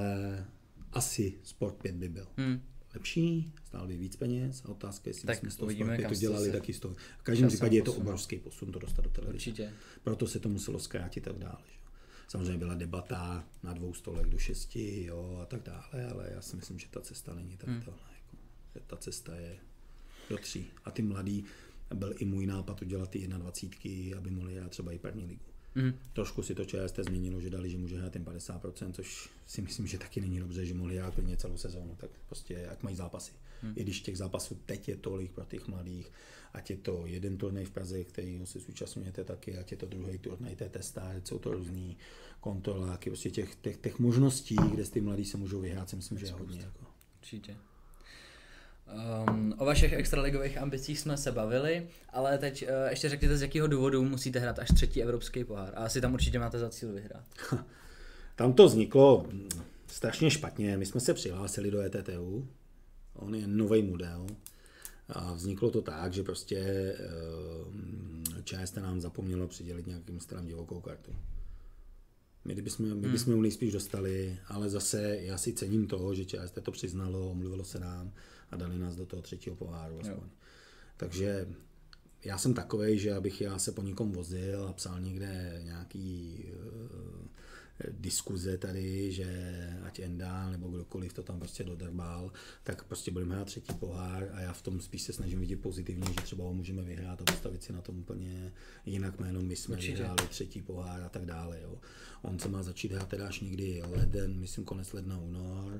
asi Sport pět by byl. Mm. Lepší, stál by víc peněz a otázka je, jestli bychom z toho Sport pět to dělali taky z toho. V každém případě je to obrovský posun to dostat do televize. Určitě. Proto se to muselo zkrátit a tak dále. Že? Samozřejmě byla debata na dvou stolech do šesti, jo, a tak dále, ale já si myslím, že ta cesta není tak hmm. tohle. Jako, ta cesta je do tří. A ty mladí, byl i můj nápad udělat ty jednadvacítky, aby mohli hrát třeba i první ligu. Mm. Trošku si to ČST změnilo, že dali, že může hrát ten padesát procent, což si myslím, že taky není dobře, že mohli hrát klidně celou sezónu, tak prostě jak mají zápasy. Mm. I když těch zápasů teď je tolik pro těch mladých, ať je to jeden turnaj v Praze, který se zúčastňujete taky, ať je to druhý turnaj té testa, jsou to různý kontroláky, prostě těch, těch, těch možností, kde ty mladí se můžou vyhrát, si myslím, že je hodně. Jako. Určitě. Um, o vašich extraligových ambicích jsme se bavili, ale teď uh, ještě řekněte, z jakého důvodu musíte hrát až třetí evropský pohár. A asi tam určitě máte za cíl vyhrát. Tam to vzniklo strašně špatně. My jsme se přihlásili do E T T U. On je nový model. A vzniklo to tak, že prostě uh, ČST nám zapomnělo přidělit nějakým stranám divokou kartu. My kdybychom, my bychom hmm. nejspíš dostali, ale zase já si cením toho, že ČST to přiznalo, omluvilo se nám a dali nás do toho třetího poháru aspoň. Takže já jsem takovej, že abych já se po někom vozil a psal někde nějaký uh, diskuze tady, že ať Enda nebo kdokoliv to tam prostě dodrbal, tak prostě budeme hrát třetí pohár a já v tom spíš se snažím vidět pozitivně, že třeba ho můžeme vyhrát a postavit si na tom úplně jinak jméno, my jsme Určitě. vyhráli třetí pohár a tak dále. Jo. On se má začít hrát teda až někdy leden, myslím konec ledna, únor,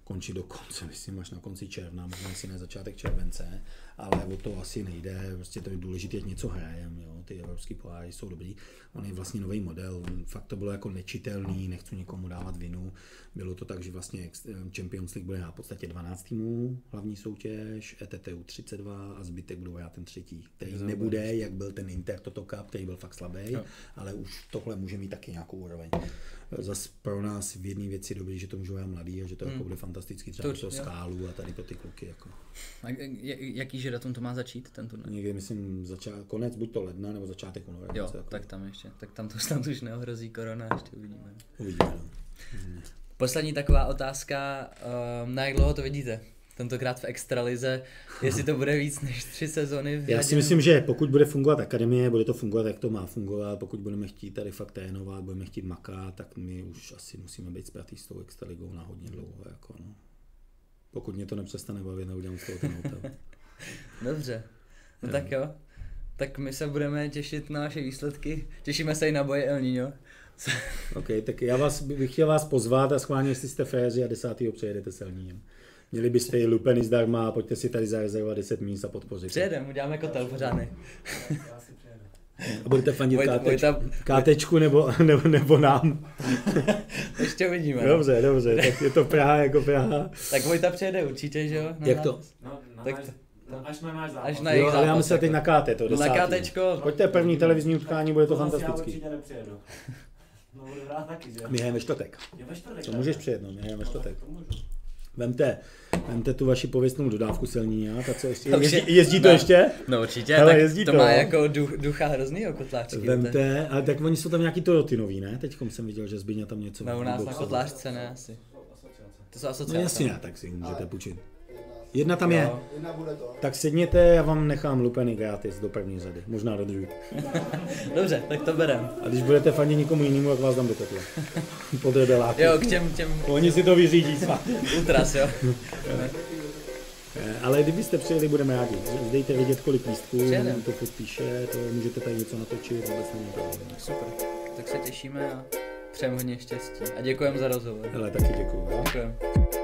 končit do konce, myslím, až na konci června, možná si na začátek července, ale o to asi nejde, prostě to je důležité, jak něco hrajem, jo, ty evropský poháry jsou dobrý, on je vlastně nový model, fakt to bylo jako nečitelný, nechci nikomu dávat vinu, bylo to tak, že vlastně Champions League bude hrát v podstatě dvanáct týmů, hlavní soutěž, E T T U třicet dva a zbytek budou hrát ten třetí, který nebude, jak byl ten Inter Toto Cup, který byl fakt slabý, no. Ale už tohle může mít taky nějakou úroveň. Zas pro nás v jedné věci dobrý, že to můžou hrát mladý a že to hmm. jako bude fantastický třeba to, pro Skálu a tady pro ty kluky. Jako. A jaký že datum to má začít, ten turnaj? Někdy myslím začát, konec buď to ledna nebo začátek února. Jo, jako. Tak tam ještě, tak tam to tam už neohrozí korona, ještě uvidíme. Uvidíme, no. Hmm. Poslední taková otázka, um, na jak dlouho to vidíte? Tentokrát v extralize, jestli to bude víc než tři sezony. Já si myslím, že pokud bude fungovat akademie, bude to fungovat, jak to má fungovat, pokud budeme chtít tady fakt trénovat, budeme chtít makat, tak my už asi musíme být spjatý s tou extraligou na hodně dlouho. Jako no. Pokud mě to nepřestane bavit, neudělám z toho ten hotel. Dobře, no jo. Tak jo, tak my se budeme těšit na naše výsledky, těšíme se i na boje El Niño. OK, tak já vás, bych chtěl vás pozvat a schválně, jestli jste féři a desátého přejedete s El Niñem. Měli byste i lupeny zdarma a pojďte si tady zarezervovat deset míst a podpořit. Přijedeme, uděláme kotel pořádný. A budete fandit kátečku nebo, nebo, nebo nám. Ještě uvidíme. Dobře, dobře, tak je to Praha jako Praha. Tak Vojta přijede určitě, že jo? Jak to? No, na tak náš, no, až na náš zápas. Až na jo, ale já myslím teď na káte to, na kátečko. Pojďte první televizní utkání, bude to no, fantastický. Já určitě nepřijedu. No budu hrát taky, že? My hrajeme čtvrtek. Je ve čtvrtek. To můžeš přijet, no, my hrajeme čtvrtek. No, Vemte, vemte tu vaši pověstnou dodávku El Niña, ta co ještě, jezdí, jezdí, jezdí to no, ještě? No určitě, hele, tak jezdí to, to má jako duch, ducha hroznýho kotláčky. Vemte, ale tak oni jsou tam nějaký Toyoty nový, ne? Teďkom jsem viděl, že Zbyňa tam něco... No u nás na kotlářce ne asi. To jsou asociace. No jasně, tak si můžete půjčit. Jedna tam je. Tak sedněte, já vám nechám lupeny gratis do první řady, možná do druhé. Dobře, tak to berem. A když budete fandit nikomu jinému, tak vás dám do tepla. Pod rebeláky. Jo, k těm, těm... Oni si to vyřídí s vámi. Ultras, jo. Ale kdybyste přijeli, budeme rádi. Dejte vědět, kolik lístků, Přijedem. to píše, to můžete tady něco natočit, vůbec není problém. Super, tak se těšíme a přejeme hodně štěstí. A děkujeme za rozhovor. Ale taky děkuju. Děkujeme.